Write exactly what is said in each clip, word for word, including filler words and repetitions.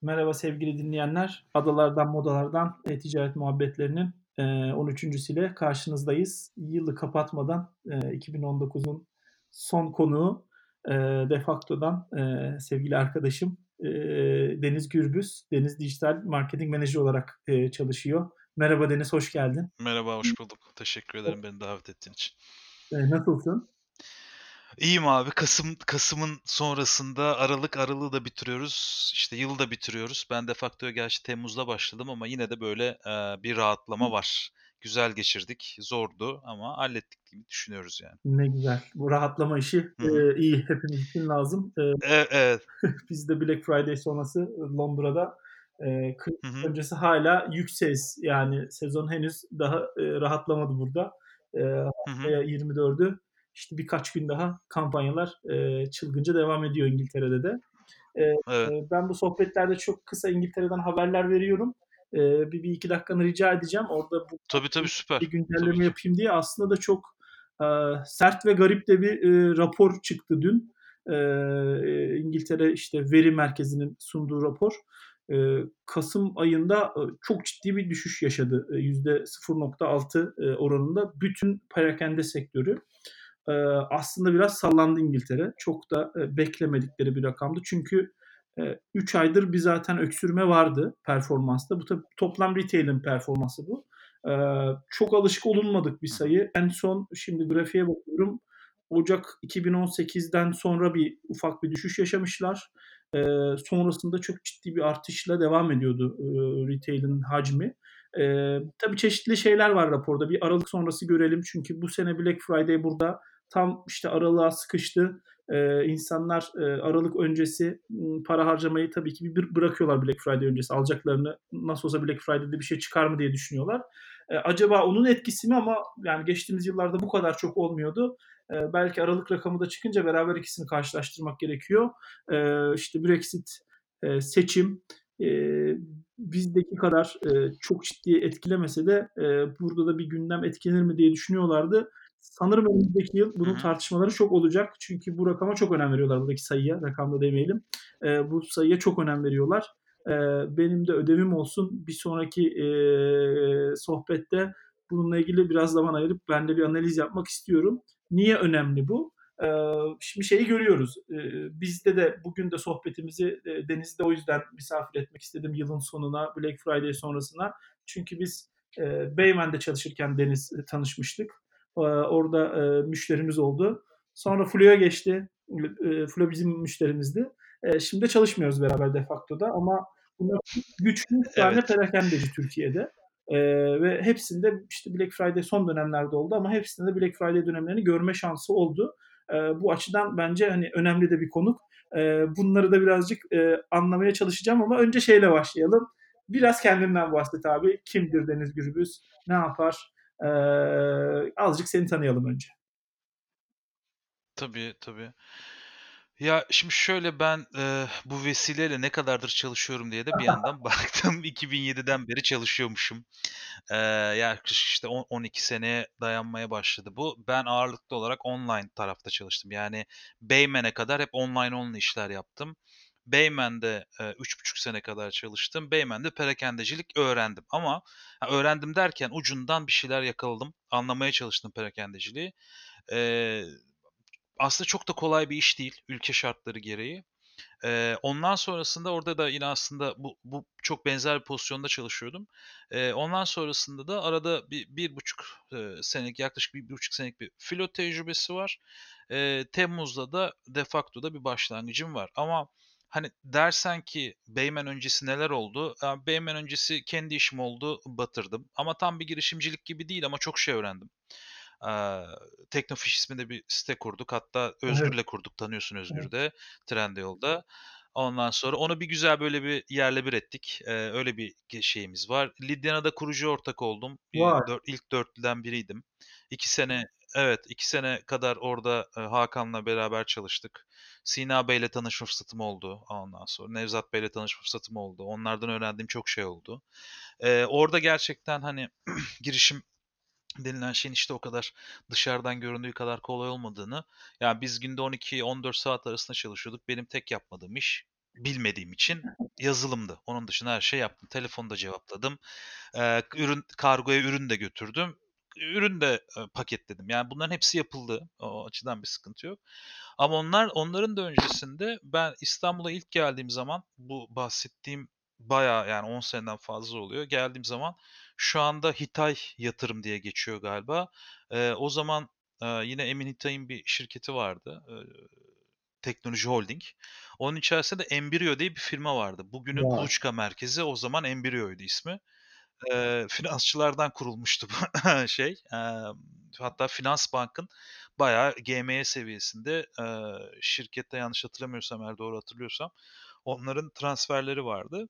Merhaba sevgili dinleyenler. Adalardan Modalardan E-Ticaret Muhabbetlerinin, eee, on üçüncüsüyle karşınızdayız. Yılı kapatmadan, eee, iki bin on dokuzun son konuğu, eee, Defakto'dan, eee, sevgili arkadaşım, eee, Deniz Gürbüz. Deniz dijital marketing menajeri olarak, eee, çalışıyor. Merhaba Deniz, hoş geldin. Merhaba, hoş bulduk. Teşekkür ederim beni davet ettiğin için. Eee, nasılsın? İyiyim abi. Kasım Kasım'ın sonrasında Aralık, Aralık'ı da bitiriyoruz. İşte yılı da bitiriyoruz. Ben de faktöre gerçi temmuzda başladım ama yine de böyle, eee, bir rahatlama var. Güzel geçirdik. Zordu ama hallettik gibi düşünüyoruz yani. Ne güzel. Bu rahatlama işi, Hı hı. eee, iyi, hepimiz için lazım. Eee E evet. Biz de Black Friday sonrası Londra'da, eee, kış Hı hı. öncesi hâlâ yükseğiz. Yani sezon henüz daha, eee, rahatlamadı burada. Eee, Hı hı. haftaya yirmi dördü işte birkaç gün daha kampanyalar, eee, çılgınca devam ediyor İngiltere'de de. Eee, Evet. ben bu sohbetlerde çok kısa İngiltere'den haberler veriyorum. Eee, bir bir iki dakikanı rica edeceğim. Orada bu Tabii, tabii, bir süper. Tabii güncelleme ki. yapayım diye. Aslında da çok, aaa, sert ve garip de bir, eee, rapor çıktı dün. Eee, İngiltere, işte, Veri Merkezi'nin sunduğu rapor. Eee, kasım ayında, ııı, çok ciddi bir düşüş yaşadı. Eee, yüzde sıfır nokta altı eee, oranında bütün perakende sektörü. Eee, aslında biraz sallandı İngiltere. Çok da, eee, beklemedikleri bir rakamdı. Çünkü, eee, üç aydır bir zaten öksürme vardı performansta. Bu tabii toplam retail'in performansı bu. Eee, çok alışık olunmadık bir Hı hı. sayı. En son şimdi grafiğe bakıyorum. Ocak iki bin on sekizden sonra bir ufak bir düşüş yaşamışlar. Eee, sonrasında çok ciddi bir artışla devam ediyordu, ııı, retail'in hacmi. Eee, tabii çeşitli şeyler var raporda. Bir aralık sonrası görelim çünkü bu sene Black Friday burada tam, işte, aralığa sıkıştı. Eee, insanlar, eee, aralık öncesi, ımm, para harcamayı tabii ki bir bırakıyorlar Black Friday öncesi. Alacaklarını nasıl olsa Black Friday'de bir şey çıkar mı diye düşünüyorlar. Eee, acaba onun etkisi mi ama yani geçtiğimiz yıllarda bu kadar çok olmuyordu. Eee, belki aralık rakamı da çıkınca beraber ikisini karşılaştırmak gerekiyor. Eee, işte Brexit, eee, seçim, eee, bizdeki kadar, eee, çok ciddi etkilemese de, eee, burada da bir gündem etkilenir mi diye düşünüyorlardı. Sanırım önümüzdeki yıl Hı bunun hı. tartışmaları çok olacak. Çünkü bu rakama çok önem veriyorlar, buradaki sayıya, rakam da demeyelim. Eee, bu sayıya çok önem veriyorlar. Eee, benim de ödevim olsun. Bir sonraki, eee, sohbette bununla ilgili biraz zaman ayırıp ben de bir analiz yapmak istiyorum. Niye önemli bu? Eee, şimdi şeyi görüyoruz. Eee, bizde de bugün de sohbetimizi, eee, Deniz'i de o yüzden misafir etmek istedim yılın sonuna, Black Friday sonrasına. Çünkü biz, eee, Beymen'de çalışırken Deniz eee, tanışmıştık. Eee, orada, eee, müşterimiz oldu. Sonra Flo'ya geçti. Eee, Flo bizim müşterimizdi. Eee, şimdi de çalışmıyoruz beraber Defakto'da ama bunlar güçlü üç tane Evet. perakendeci Türkiye'de. Eee, ve hepsinde işte Black Friday son dönemlerde oldu ama hepsinde de Black Friday dönemlerini görme şansı oldu. Eee, bu açıdan bence, hani, önemli de bir konuk. Eee, bunları da birazcık, eee, anlamaya çalışacağım ama önce şeyle başlayalım. Biraz kendinden bahset abi. Kimdir Deniz Gürbüz? Ne yapar? Eee, azıcık seni tanıyalım önce. Tabii, tabii. Ya, şimdi şöyle, ben, eee, bu vesileyle ne kadardır çalışıyorum diye de bir yandan baktım. iki bin yediden beri çalışıyormuşum. Eee, yaklaşık işte on 12 seneye dayanmaya başladı bu. Ben ağırlıklı olarak online tarafta çalıştım. Yani Beymen'e kadar hep online only işler yaptım. Beymen'de, eee, üç buçuk sene kadar çalıştım. Beymen'de perakendecilik öğrendim ama ha, öğrendim derken ucundan bir şeyler yakaladım. Anlamaya çalıştım perakendeciliği. Eee, aslında çok da kolay bir iş değil ülke şartları gereği. Eee, ondan sonrasında orada da yine aslında bu bu çok benzer bir pozisyonda çalışıyordum. Eee, ondan sonrasında da arada bir bir buçuk eee, senelik yaklaşık bir bir buçuk senelik bir filo tecrübesi var. Eee, Temmuz'da da de facto'da bir başlangıcım var ama, hani, dersen ki Beymen öncesi neler oldu? Aaa, Beymen öncesi kendi işim oldu, batırdım ama tam bir girişimcilik gibi değil ama çok şey öğrendim. Aaa, Teknofiş isminde bir site kurduk. Hatta Evet, Özgür'le kurduk. Tanıyorsun evet. Özgür'ü de Trendyol'da. Ondan sonra onu bir güzel böyle bir yerle bir ettik. Eee, öyle bir ge şeyimiz var. Lidyana'da kurucu ortak oldum. Vay! İii, dört ilk dörtlüden biriydim. iki sene Evet, iki sene kadar orada, eee, Hakan'la beraber çalıştık. Sina Bey'le tanışma fırsatım oldu ondan sonra. Nevzat Bey'le tanışma fırsatım oldu. Onlardan öğrendiğim çok şey oldu. Eee, orada gerçekten, hani, girişim denilen şeyin, işte, o kadar dışarıdan göründüğü kadar kolay olmadığını, ya, biz günde on iki on dört saat arasında çalışıyorduk. Benim tek yapmadığım iş. bilmediğim için yazılımdı. Onun dışında her şeyi yaptım. Telefonda cevapladım. Eee, k ürün kargoya ürün de götürdüm. Ürün de, eee, paketledim. Yani bunların hepsi yapıldı. O açıdan bir sıkıntı yok. Ama onlar onların da öncesinde ben İstanbul'a ilk geldiğim zaman bu bahsettiğim bayağı yani on seneden fazla oluyor. Geldiğim zaman şu anda Hitay Yatırım diye geçiyor galiba. Eee, o zaman, eee, yine Emin Hitay'ın bir şirketi vardı. Eee, Teknoloji Holding. Onun içerisinde de Embrio diye bir firma vardı. Bugünün Vay! kuluçka merkezi, o zaman Embrio'ydu ismi. Eee, finansçılardan kurulmuştu bu şey. Emm, hatta Finansbank'ın bayağı G M E seviyesinde, eee, şirkette yanlış hatırlamıyorsam, eğer doğru hatırlıyorsam onların transferleri vardı.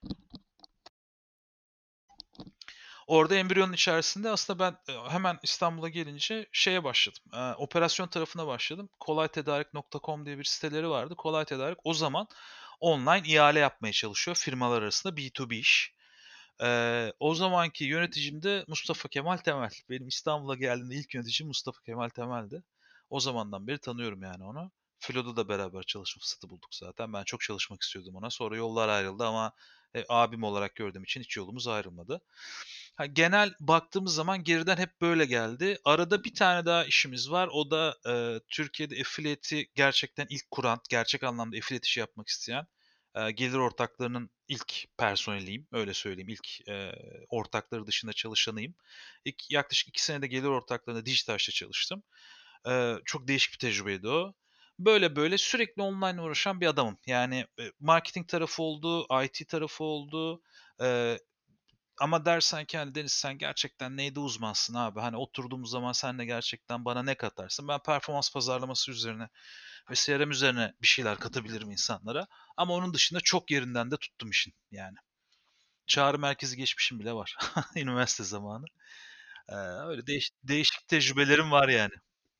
Orada Embrio'nun içerisinde aslında ben, eee, hemen İstanbul'a gelince şeye başladım, eee, operasyon tarafına başladım. kolaytedarik nokta com diye bir siteleri vardı. Kolay Tedarik o zaman online ihale yapmaya çalışıyor firmalar arasında, B to B iş. Eee, o zamanki yöneticim de Mustafa Kemal Temel. Benim İstanbul'a geldiğimde ilk yöneticim Mustafa Kemal Temel'di. O zamandan beri tanıyorum yani onu. Filo'da da beraber çalışma fırsatı bulduk zaten. Ben çok çalışmak istiyordum ona. Sonra yollar ayrıldı ama, eee, abim olarak gördüğüm için hiç yolumuz ayrılmadı. Ha, genel baktığımız zaman geriden hep böyle geldi. Arada bir tane daha işimiz var. O da, eee, Türkiye'de affiliate'i gerçekten ilk kuran, gerçek anlamda affiliate işi yapmak isteyen, eee, gelir ortaklarının ilk personeliyim, öyle söyleyeyim. İlk, eee, ortakları dışında çalışanıyım. İlk yaklaşık iki senede gelir ortaklarında Dijitaş'ta çalıştım. Eee, çok değişik bir tecrübeydi o. Böyle böyle sürekli online uğraşan bir adamım. Yani, eee, marketing tarafı oldu, I T tarafı oldu, eee, ama dersen ki, hani, "Deniz sen gerçekten neyde uzmansın abi? Hani, oturduğumuz zaman sen de gerçekten bana ne katarsın?" Ben performans pazarlaması üzerine ve C R M üzerine bir şeyler katabilirim insanlara ama onun dışında çok yerinden de tuttum işin yani. Çağrı merkezi geçmişim bile var üniversite zamanı. Eee, öyle değiş değişik tecrübelerim var yani.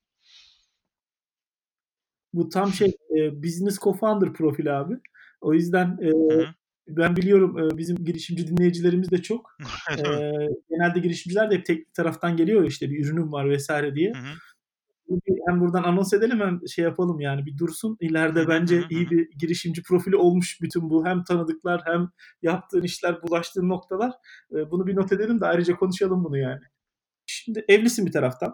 Bu tam şey, eee, business co-founder profili abi. O yüzden, eee, Hı hı. ben biliyorum, eee, bizim girişimci dinleyicilerimiz de çok. Öyle mi? Eee, genelde girişimciler de hep teknik taraftan geliyor ya, işte, bir ürünüm var vesaire Hı diye. hı. Bunu bir hem buradan anons edelim hem şey yapalım yani bir dursun. Hı İleride hı. Hı bence hı. Hı iyi hı. bir girişimci profili olmuş bütün bu hem tanıdıklar hem yaptığın işler, bulaştığın noktalar. Eee, bunu bir not edelim de ayrıca konuşalım bunu yani. Şimdi evlisin bir taraftan.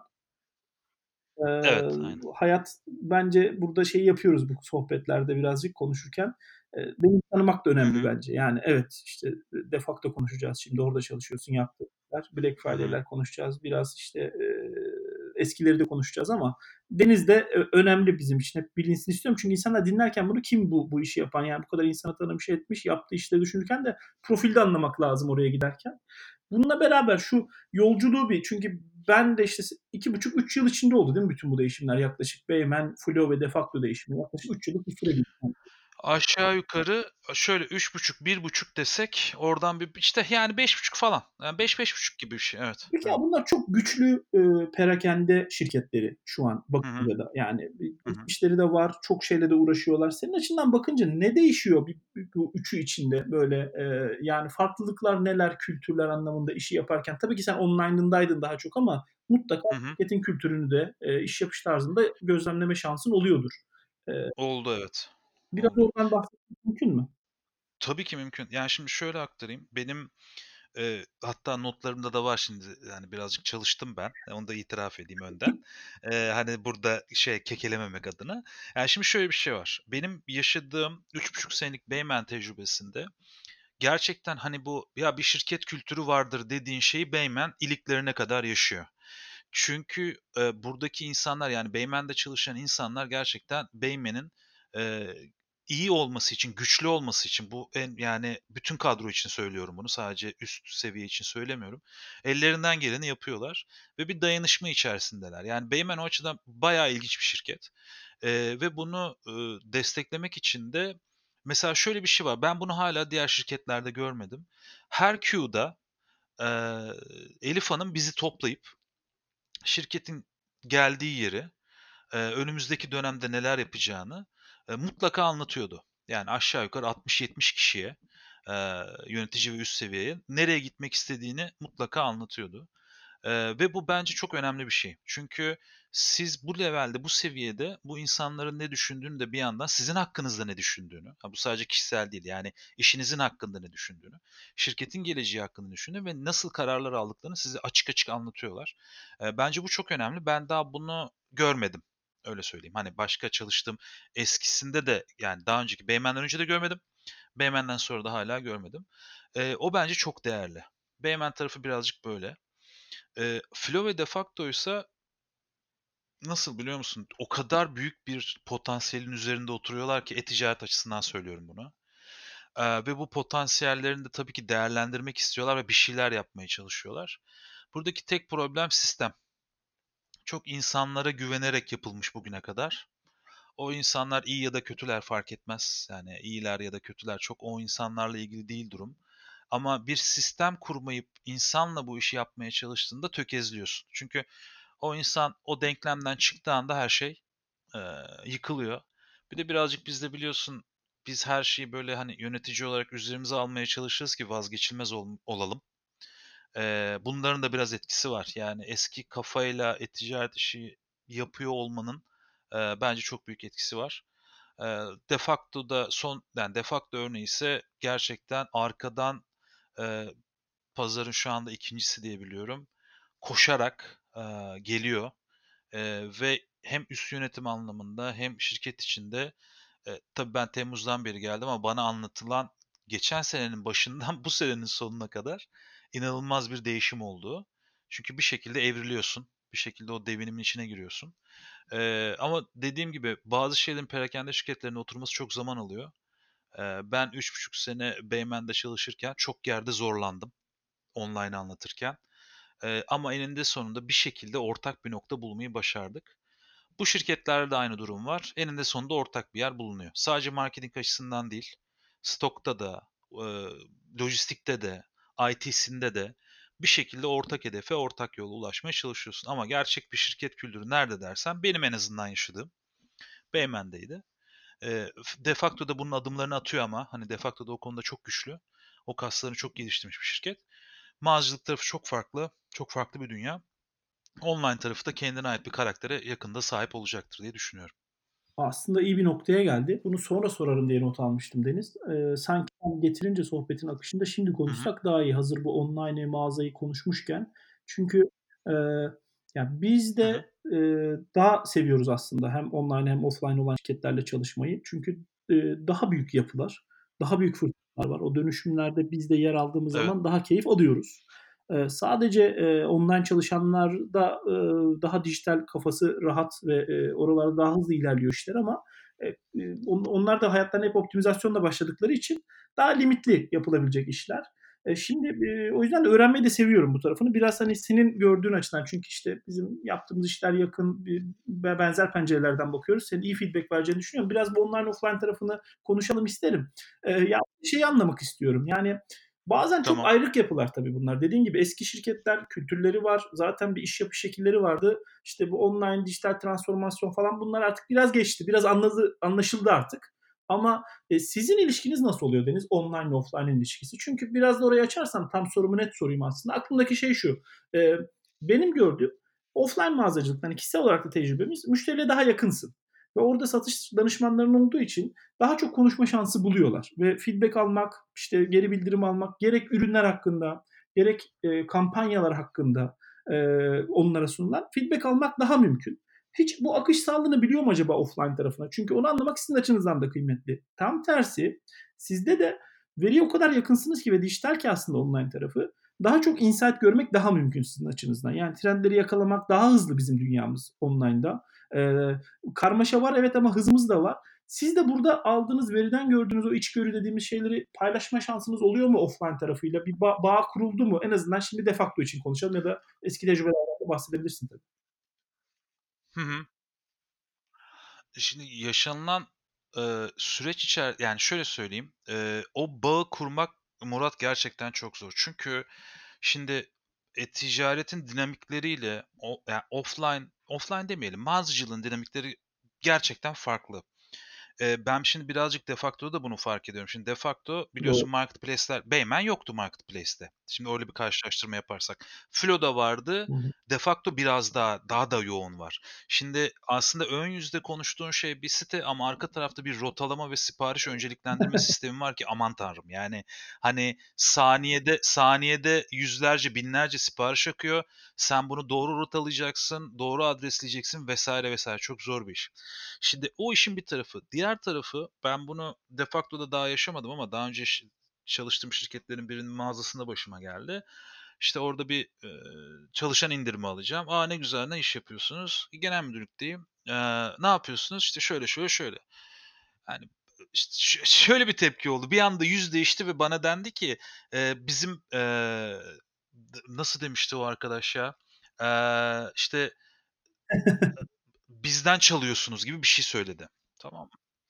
Eee, Evet, aynen. hayat bence burada şeyi yapıyoruz bu sohbetlerde birazcık konuşurken. Eee, beni tanımak da Hı önemli hı. bence. Yani evet, işte, eee, Defakto konuşacağız şimdi, orada çalışıyorsun, yaptığın işler. Black Hı hı. Friday'ler konuşacağız. Biraz, işte, eee, eskileri de konuşacağız ama Deniz de ö önemli bizim için. Hep bilinsin istiyorum çünkü insanlar dinlerken bunu kim bu, bu işi yapan? Yani bu kadar insanı tanımış etmiş, yaptığı işleri düşünürken de profili de anlamak lazım oraya giderken. Bununla beraber şu yolculuğu bir çünkü ben de işte iki buçuk üç yıl içinde oldu değil mi bütün bu değişimler yaklaşık? Beymen, Flo ve Defakto değişimi. Yaklaşık üç yıllık bir süre gibi sanki. Aşağı yukarı şöyle üç buçuk bir buçuk desek oradan bir işte, yani beş buçuk falan. Yani beş beş buçuk gibi bir şey. Evet, Peki ya evet. bunlar çok güçlü, eee, perakende şirketleri şu an Hı hı. bakınca da. Yani bir Hı hı. geçmişleri de var, çok şeyle de uğraşıyorlar. Senin açından bakınca ne değişiyor bir bir bu üçü içinde böyle, eee, yani farklılıklar neler kültürler anlamında işi yaparken? Tabii ki sen online'ındaydın daha çok ama mutlaka Hı hı. şirketin kültürünü de, eee, iş yapış tarzını da gözlemleme şansın oluyordur. Eee, Oldu, evet. biraz Oldu. oradan bahsetmek mümkün mü? Tabii ki mümkün. Yani, şimdi şöyle aktarayım. Benim, eee, hatta notlarımda da var şimdi, yani, birazcık çalıştım ben. E, onu da itiraf edeyim önden. Eee, hani, burada şey, kekelememek adına. Yani, şimdi şöyle bir şey var. Benim yaşadığım üç buçuk senelik Beymen tecrübesinde gerçekten, hani, bu, "Ya, bir şirket kültürü vardır." dediğin şeyi Beymen iliklerine kadar yaşıyor. Çünkü, eee, buradaki insanlar, yani Beymen'de çalışan insanlar gerçekten Beymen'in, eee, iyi olması için, güçlü olması için, bu en yani bütün kadro için söylüyorum bunu, sadece üst seviye için söylemiyorum. Ellerinden geleni yapıyorlar ve bir dayanışma içerisindeler. Yani Beymen o açıdan bayağı ilginç bir şirket, eee, ve bunu, ııı, desteklemek için de mesela şöyle bir şey var, ben bunu hâlâ diğer şirketlerde görmedim. Her Q'da, eee, Elif Hanım bizi toplayıp şirketin geldiği yeri, eee, önümüzdeki dönemde neler yapacağını, eee, mutlaka anlatıyordu. Yani aşağı yukarı altmış yetmiş kişiye, eee, yönetici ve üst seviyeye nereye gitmek istediğini mutlaka anlatıyordu. Eee, ve bu bence çok önemli bir şey. Çünkü siz bu levelde, bu seviyede bu insanların ne düşündüğünü de bir yandan sizin hakkınızda ne düşündüğünü, ha, bu sadece kişisel değil, yani işinizin hakkında ne düşündüğünü, şirketin geleceği hakkında ne düşündüğünü ve nasıl kararlar aldıklarını size açık açık anlatıyorlar. Eee, bence bu çok önemli. Ben daha bunu görmedim, öyle söyleyeyim. Hani başka çalıştığım eskisinde de yani daha önceki Beymen'den önce de görmedim. Beymen'den sonra da hâlâ görmedim. Eee, o bence çok değerli. Beymen tarafı birazcık böyle. Eee, Flo ve Defacto'ysa nasıl biliyor musun? O kadar büyük bir potansiyelin üzerinde oturuyorlar ki e-ticaret açısından söylüyorum bunu. Eee, ve bu potansiyellerini de tabii ki değerlendirmek istiyorlar ve bir şeyler yapmaya çalışıyorlar. Buradaki tek problem sistem. Çok insanlara güvenerek yapılmış bugüne kadar. O insanlar iyi ya da kötüler fark etmez. Yani iyiler ya da kötüler çok o insanlarla ilgili değil durum. Ama bir sistem kurmayıp insanla bu işi yapmaya çalıştığında tökezliyorsun. Çünkü o insan o denklemden çıktığı anda her şey, eee, yıkılıyor. Bir de birazcık bizde biliyorsun, biz her şeyi böyle, hani, yönetici olarak üzerimize almaya çalışırız ki vazgeçilmez ol olalım. Eee, bunların da biraz etkisi var. Yani eski kafayla e-ticaret işi yapıyor olmanın, eee, bence çok büyük etkisi var. Eee, Defacto'da son yani Defacto örneği ise gerçekten arkadan, eee, pazarın şu anda ikincisi diye biliyorum. Koşarak, eee, geliyor, eee, ve hem üst yönetim anlamında hem şirket içinde, eee, tabii ben temmuzdan beri geldim ama bana anlatılan geçen senenin başından bu senenin sonuna kadar inanılmaz bir değişim olduğu. Çünkü bir şekilde evriliyorsun. Bir şekilde o devinimin içine giriyorsun. Eee, ama dediğim gibi bazı şeylerin perakende şirketlerine oturması çok zaman alıyor. Eee, ben üç buçuk sene Beymen'de çalışırken çok yerde zorlandım online anlatırken. Eee, ama eninde sonunda bir şekilde ortak bir nokta bulmayı başardık. Bu şirketlerde de aynı durum var. Eninde sonunda ortak bir yer bulunuyor. Sadece marketing açısından değil, stokta da, eee, lojistikte de, I T'sinde de bir şekilde ortak hedefe, ortak yola ulaşmaya çalışıyorsun. Ama gerçek bir şirket kültürü nerede dersen benim en azından yaşadığım Beymen'deydi. Eee, f Defacto da bunun adımlarını atıyor ama hani Defacto da o konuda çok güçlü. O kaslarını çok geliştirmiş bir şirket. Mağazacılık tarafı çok farklı, çok farklı bir dünya. Online tarafı da kendine ait bir karaktere yakında sahip olacaktır diye düşünüyorum. Aslında iyi bir noktaya geldi. Bunu sonra sorarım diye not almıştım Deniz. Eee, sanki sen getirince sohbetin akışında şimdi Hı hı. konuşsak daha iyi. Hazır bu online mağazayı konuşmuşken. Çünkü, eee, ya, biz Hı hı. de, eee, daha seviyoruz aslında hem online hem offline olan şirketlerle çalışmayı. Çünkü, eee, daha büyük yapılar, daha büyük fırsatlar var. O dönüşümlerde biz de yer aldığımız Evet. zaman daha keyif alıyoruz. Eee, sadece, eee, online çalışanlar da, ııı, daha dijital kafası rahat ve, eee, oralarda daha hızlı ilerliyor işler ama, eee, eee, on onlar da hayatlarına hep optimizasyonla başladıkları için daha limitli yapılabilecek işler. Eee, şimdi, eee, o yüzden de öğrenmeyi de seviyorum bu tarafını. Biraz, hani, senin gördüğün açıdan çünkü, işte, bizim yaptığımız işler yakın, bir be benzer pencerelerden bakıyoruz. Senin iyi feedback vereceğini düşünüyorum. Biraz bu online offline tarafını konuşalım isterim. Eee, ya, şeyi anlamak istiyorum, yani, bazen çok Tamam. ayrık yapılar tabii bunlar. Dediğin gibi eski şirketler, kültürleri var. Zaten bir iş yapış şekilleri vardı. İşte bu online dijital transformasyon falan bunlar artık biraz geçti. Biraz anladı anlaşıldı artık. Ama, eee, sizin ilişkiniz nasıl oluyor Deniz? Online ile offline'ın ilişkisi. Çünkü biraz da orayı açarsam tam sorumu net sorayım aslında. Aklımdaki şey şu: Eee, benim gördüğüm offline mağazacılıkta, hani, kişisel olarak da tecrübemiz, müşteriye daha yakınsın ve orada satış danışmanların olduğu için daha çok konuşma şansı buluyorlar ve feedback almak, işte geri bildirim almak, gerek ürünler hakkında, gerek, eee, kampanyalar hakkında, eee, onlara sunulan feedback almak daha mümkün. Hiç bu akış sağlanabiliyor mu acaba offline tarafına? Çünkü onu anlamak sizin açınızdan da kıymetli. Tam tersi, sizde de veriye o kadar yakınsınız ki ve dijital ki aslında online tarafı, daha çok insight görmek daha mümkün sizin açınızdan. Yani trendleri yakalamak daha hızlı bizim dünyamız online'da. Eee, karmaşa var evet ama hızımız da var. Siz de burada aldığınız veriden gördüğünüz o içgörü dediğimiz şeyleri paylaşma şansınız oluyor mu offline tarafıyla? Bir ba bağ kuruldu mu? En azından şimdi Defacto için konuşalım ya da eski tecrübelerden de bahsedebilirsin tabii. Hı hı. E, şimdi yaşanılan, eee, süreç içer yani şöyle söyleyeyim, eee, o bağı kurmak Murat gerçekten çok zor. Çünkü şimdi e-ticaretin dinamikleriyle o ya offline offline demeyelim, mağazacılığın dinamikleri gerçekten farklı. Eee, ben şimdi birazcık Defacto'da da bunu fark ediyorum. Şimdi Defacto Doğru. biliyorsun marketplace'ler Beymen yoktu marketplace'te. Şimdi öyle bir karşılaştırma yaparsak. Filo'da vardı, Hı hı. Defacto biraz daha daha da yoğun var. Şimdi aslında ön yüzde konuştuğun şey bir site ama arka tarafta bir rotalama ve sipariş önceliklendirme sistemi var ki aman tanrım. Yani, hani, saniyede saniyede yüzlerce, binlerce sipariş akıyor. Sen bunu doğru rotalayacaksın, doğru adresleyeceksin vesaire vesaire. Çok zor bir iş. Şimdi o işin bir tarafı. Diğer tarafı ben bunu de facto'da daha yaşamadım ama daha önce ş çalıştığım şirketlerin birinin mağazasında başıma geldi. İşte orada bir, eee, çalışan indirimi alacağım. "A, ne güzel, ne iş yapıyorsunuz?" "Genel müdürlükteyim." Eee, "Ne yapıyorsunuz?" İşte, "Şöyle, şöyle, şöyle." Yani, işte, ş şöyle bir tepki oldu. Bir anda yüz değişti ve bana dendi ki, eee, bizim, eee, d nasıl demişti o arkadaş ya? Eee, işte, "Bizden çalıyorsunuz." gibi bir şey söyledi. Tamam mı?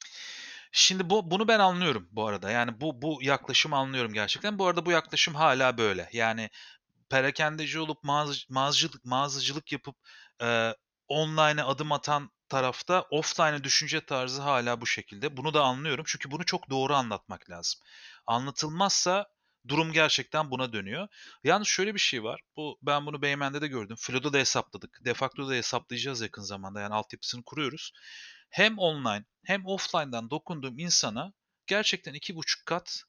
Şimdi bu bunu ben anlıyorum bu arada. Yani bu bu yaklaşımı anlıyorum gerçekten. Bu arada bu yaklaşım hâlâ böyle. Yani perakendeci olup mağazacı mağazacılık mağazacılık yapıp, eee, online'a adım atan tarafta offline'a düşünce tarzı hâlâ bu şekilde. Bunu da anlıyorum çünkü bunu çok doğru anlatmak lazım. Anlatılmazsa durum gerçekten buna dönüyor. Yalnız şöyle bir şey var. Bu ben bunu Beymen'de de gördüm. Filo'da da hesapladık. Defacto'da da hesaplayacağız yakın zamanda. Yani altyapısını kuruyoruz. Hem online hem offline'dan dokunduğum insana gerçekten iki buçuk kat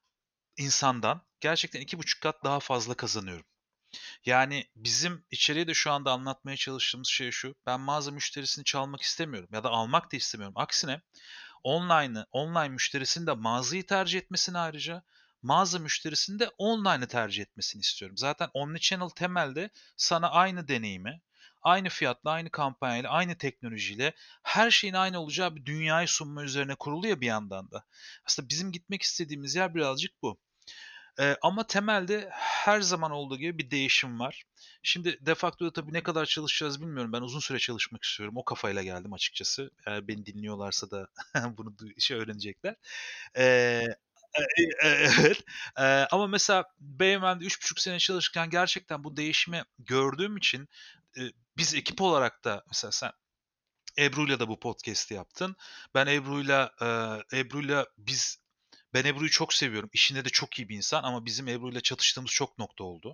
insandan gerçekten iki buçuk kat daha fazla kazanıyorum. Yani, bizim içeriye de şu anda anlatmaya çalıştığımız şey şu: Ben mağaza müşterisini çalmak istemiyorum ya da almak da istemiyorum. Aksine online'ı online müşterisinin de mağazayı tercih etmesini ayrıca mağaza müşterisinin de online'ı tercih etmesini istiyorum. Zaten omnichannel temelde sana aynı deneyimi, aynı fiyatla, aynı kampanyayla, aynı teknolojiyle her şeyin aynı olacağı bir dünyayı sunma üzerine kurulu ya bir yandan da. Aslında bizim gitmek istediğimiz yer birazcık bu. Eee, ama temelde her zaman olduğu gibi bir değişim var. Şimdi de facto'da tabii ne kadar çalışacağız bilmiyorum. Ben uzun süre çalışmak istiyorum. O kafayla geldim açıkçası. Eğer beni dinliyorlarsa da bunu duy şey öğrenecekler. Eee, eee, evet, eee, ama mesela B M W'de üç buçuk sene çalışırken gerçekten bu değişimi gördüğüm için, eee, biz ekip olarak da mesela sen Ebru'yla da bu podcast'i yaptın. Ben Ebru'yla, eee, Ebru'yla biz ben Ebru'yu çok seviyorum. İşinde de çok iyi bir insan ama bizim Ebru'yla çatıştığımız çok nokta oldu.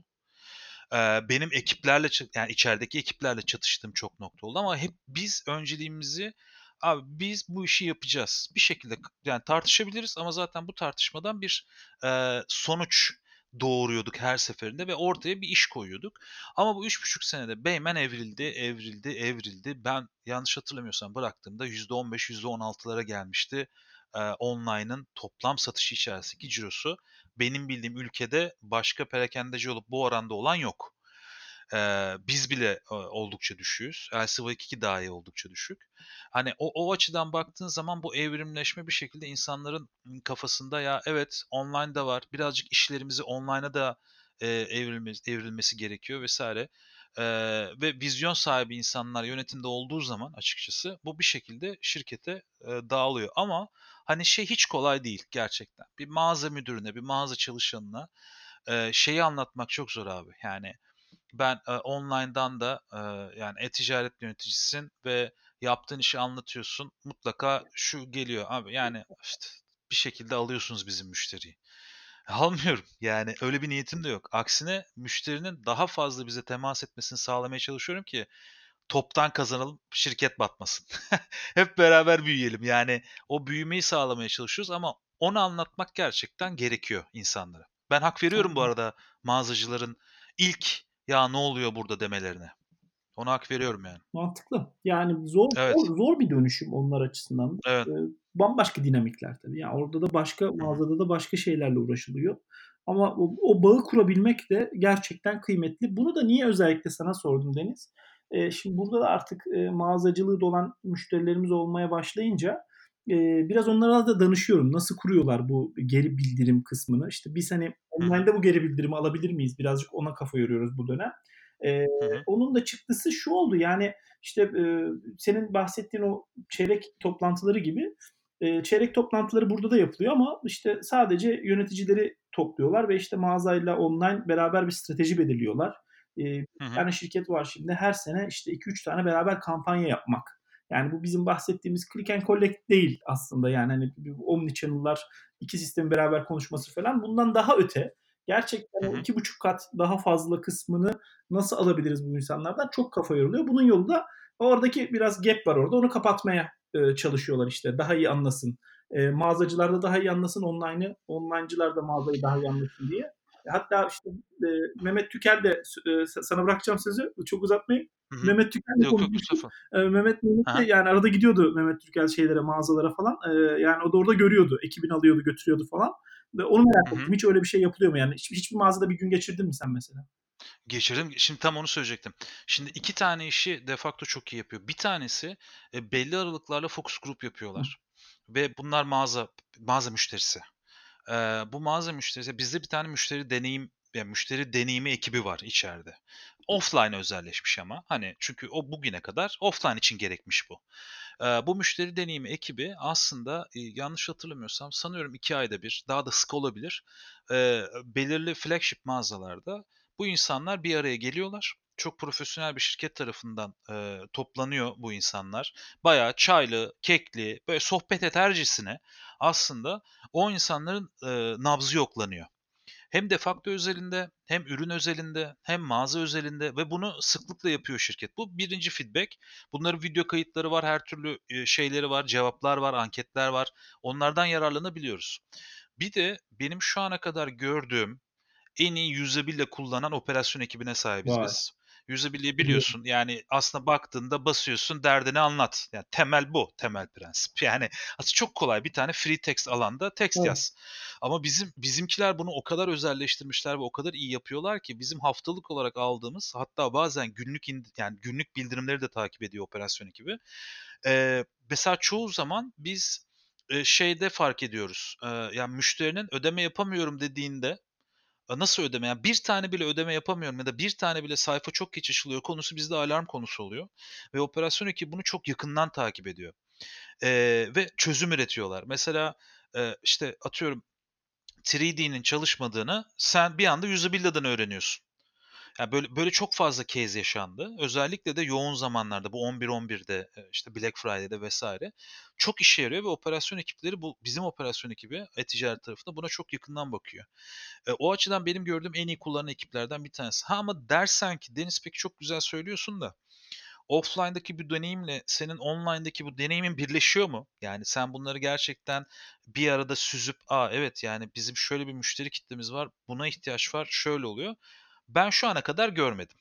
Eee, benim ekiplerle çı yani içerideki ekiplerle çatıştığım çok nokta oldu ama hep biz önceliğimizi, "Abi biz bu işi yapacağız." Bir şekilde k yani tartışabiliriz ama zaten bu tartışmadan bir, eee, sonuç doğuruyorduk her seferinde ve ortaya bir iş koyuyorduk. Ama bu üç buçuk senede Beymen evrildi, evrildi, evrildi. Ben yanlış hatırlamıyorsam bıraktığımda yüzde on beş yüzde on altılara gelmişti, eee, online'ın toplam satışı içerisindeki cirosu. Benim bildiğim ülkede başka perakendeci olup bu oranda olan yok. Eee, biz bile, eee, oldukça düşüğüz. L C V iki iki dahi oldukça düşük. Hani, o o açıdan baktığın zaman bu evrimleşme bir şekilde insanların, ımm, kafasında "Ya, evet, online da var, birazcık işlerimizi online'a da, eee, evrilmesi evrilmesi gerekiyor." vesaire. Eee, ve vizyon sahibi insanlar yönetimde olduğu zaman açıkçası bu bir şekilde şirkete, eee, dağılıyor ama, hani, şey hiç kolay değil gerçekten. Bir mağaza müdürüne, bir mağaza çalışanına, eee, şeyi anlatmak çok zor abi. Yani ben, eee, online'dan da, eee, yani e-ticaret yöneticisisin ve yaptığın işi anlatıyorsun. Mutlaka şu geliyor, abi, yani, işte, bir şekilde alıyorsunuz bizim müşteriyi. Almıyorum. Yani öyle bir niyetim de yok. Aksine müşterinin daha fazla bize temas etmesini sağlamaya çalışıyorum ki toptan kazanalım, şirket batmasın. Hep beraber büyüyelim. Yani o büyümeyi sağlamaya çalışıyoruz ama onu anlatmak gerçekten gerekiyor insanlara. Ben hak veriyorum bu Anladım. arada mağazacıların ilk "Ya, ne oluyor burada?" demelerine. Ona hak veriyorum yani. Mantıklı. Yani zor Evet, zor zor bir dönüşüm onlar açısından da. evet. Eee, bambaşka dinamikler tabii. Ya, orada da başka, Hı hı. mağazada da başka şeylerle uğraşılıyor. Ama o o bağı kurabilmek de gerçekten kıymetli. Bunu da niye özellikle sana sordum Deniz? Eee, şimdi burada da artık, eee, mağazacılığı da olan müşterilerimiz olmaya başlayınca, eee, biraz onlara da danışıyorum. Nasıl kuruyorlar bu geri bildirim kısmını? İşte biz hani Hı hı. online'da bu geri bildirimi alabilir miyiz? Birazcık ona kafa yoruyoruz bu dönem. Eee, Hı hı. onun da çıktısı şu oldu, yani, işte, eee, senin bahsettiğin o çeyrek toplantıları gibi, eee, çeyrek toplantıları burada da yapılıyor ama, işte, sadece yöneticileri topluyorlar ve, işte, mağazayla online beraber bir strateji belirliyorlar. Eee, Hı bir hı. tane şirket var şimdi her sene, işte, iki üç tane beraber kampanya yapmak Yani bu bizim bahsettiğimiz click and collect değil aslında yani hani omnichannel'lar, iki sistemin beraber konuşması falan bundan daha öte gerçekten Hı o hı. iki buçuk kat daha fazla kısmını nasıl alabiliriz bu insanlardan çok kafa yoruluyor. Bunun yolu da oradaki biraz gap var orada onu kapatmaya, eee, çalışıyorlar işte daha iyi anlasın. Eee, mağazacılar da daha iyi anlasın online'ı, online'cılar da mağazayı daha iyi anlasın diye. Hatta işte, eee, Mehmet Tükel de s eee, sana bırakacağım sözü, çok uzatmayayım. Hı hı. Mehmet Tükel'le Yok, yok, konuşmuştuk. estağfurullah. Eee, Mehmet Hı Mehmet de hı. yani arada gidiyordu Mehmet Türkel şeylere, mağazalara falan. Eee, yani o da orada görüyordu. Ekibini alıyordu, götürüyordu falan ve onu Hı merak hı. ettim. Hiç öyle bir şey yapılıyor mu yani? Hiç hiçbir mağazada bir gün geçirdin mi sen mesela? Geçirdim. Şimdi tam onu söyleyecektim. Şimdi iki tane işi de facto çok iyi yapıyor. Bir tanesi, eee, belli aralıklarla focus group Hı. yapıyorlar ve bunlar mağaza mağaza müşterisi. Eee, bu mağaza müşterisi bizde bir tane müşteri deneyim ya, müşteri deneyimi ekibi var içeride. Offline özelleşmiş ama. Hani, çünkü o bugüne kadar offline için gerekmiş bu. Eee, bu müşteri deneyimi ekibi aslında, eee, yanlış hatırlamıyorsam sanıyorum iki ayda bir, daha da sık olabilir, eee, belirli flagship mağazalarda bu insanlar bir araya geliyorlar. Çok profesyonel bir şirket tarafından, eee, toplanıyor bu insanlar. Bayağı çaylı, kekli, böyle sohbet edercesine aslında o insanların, eee, nabzı yoklanıyor. Hem de facto özelinde hem ürün özelinde hem mağaza özelinde ve bunu sıklıkla yapıyor şirket. Bu birinci feedback. Bunların video kayıtları var, her türlü, eee, şeyleri var, cevaplar var, anketler var. Onlardan yararlanabiliyoruz. Bir de benim şu ana kadar gördüğüm en iyi Usabille kullanan operasyon ekibine sahibiz Vay. biz. Usabille'yi Bilmiyorum. biliyorsun, yani, aslında baktığında basıyorsun, derdini anlat. Yani temel bu, temel prensip. Yani, aslında çok kolay. Bir tane free text alanda text Evet. yaz. Ama bizim bizimkiler bunu o kadar özelleştirmişler ve o kadar iyi yapıyorlar ki bizim haftalık olarak aldığımız hatta bazen günlük ind yani, günlük bildirimleri de takip ediyor operasyon ekibi. Eee, mesela çoğu zaman biz, eee, şeyde fark ediyoruz, eee, yani, müşterinin ödeme yapamıyorum dediğinde A, nasıl ödeme? Yani bir tane bile ödeme yapamıyorum ya da bir tane bile sayfa çok geç açılıyor konusu bizde alarm konusu oluyor ve operasyon ekibi bunu çok yakından takip ediyor, eee, ve çözüm üretiyorlar. Mesela, eee, işte, atıyorum üç D'nin çalışmadığını sen bir anda Usabille'den öğreniyorsun. Ya, böyle böyle çok fazla case yaşandı. Özellikle de yoğun zamanlarda bu on bir on birde, eee, işte Black Friday'de vesaire çok işe yarıyor ve operasyon ekipleri bu bizim operasyon ekibi, e-ticaret tarafında buna çok yakından bakıyor. Eee, o açıdan benim gördüğüm en iyi kullanan ekiplerden bir tanesi. Ha, ama dersen ki "Deniz peki çok güzel söylüyorsun da offline'daki bu deneyimle senin online'daki bu deneyimin birleşiyor mu? Yani sen bunları gerçekten bir arada süzüp, a, evet, yani bizim şöyle bir müşteri kitlemiz var, buna ihtiyaç var, şöyle oluyor." Ben şu ana kadar görmedim.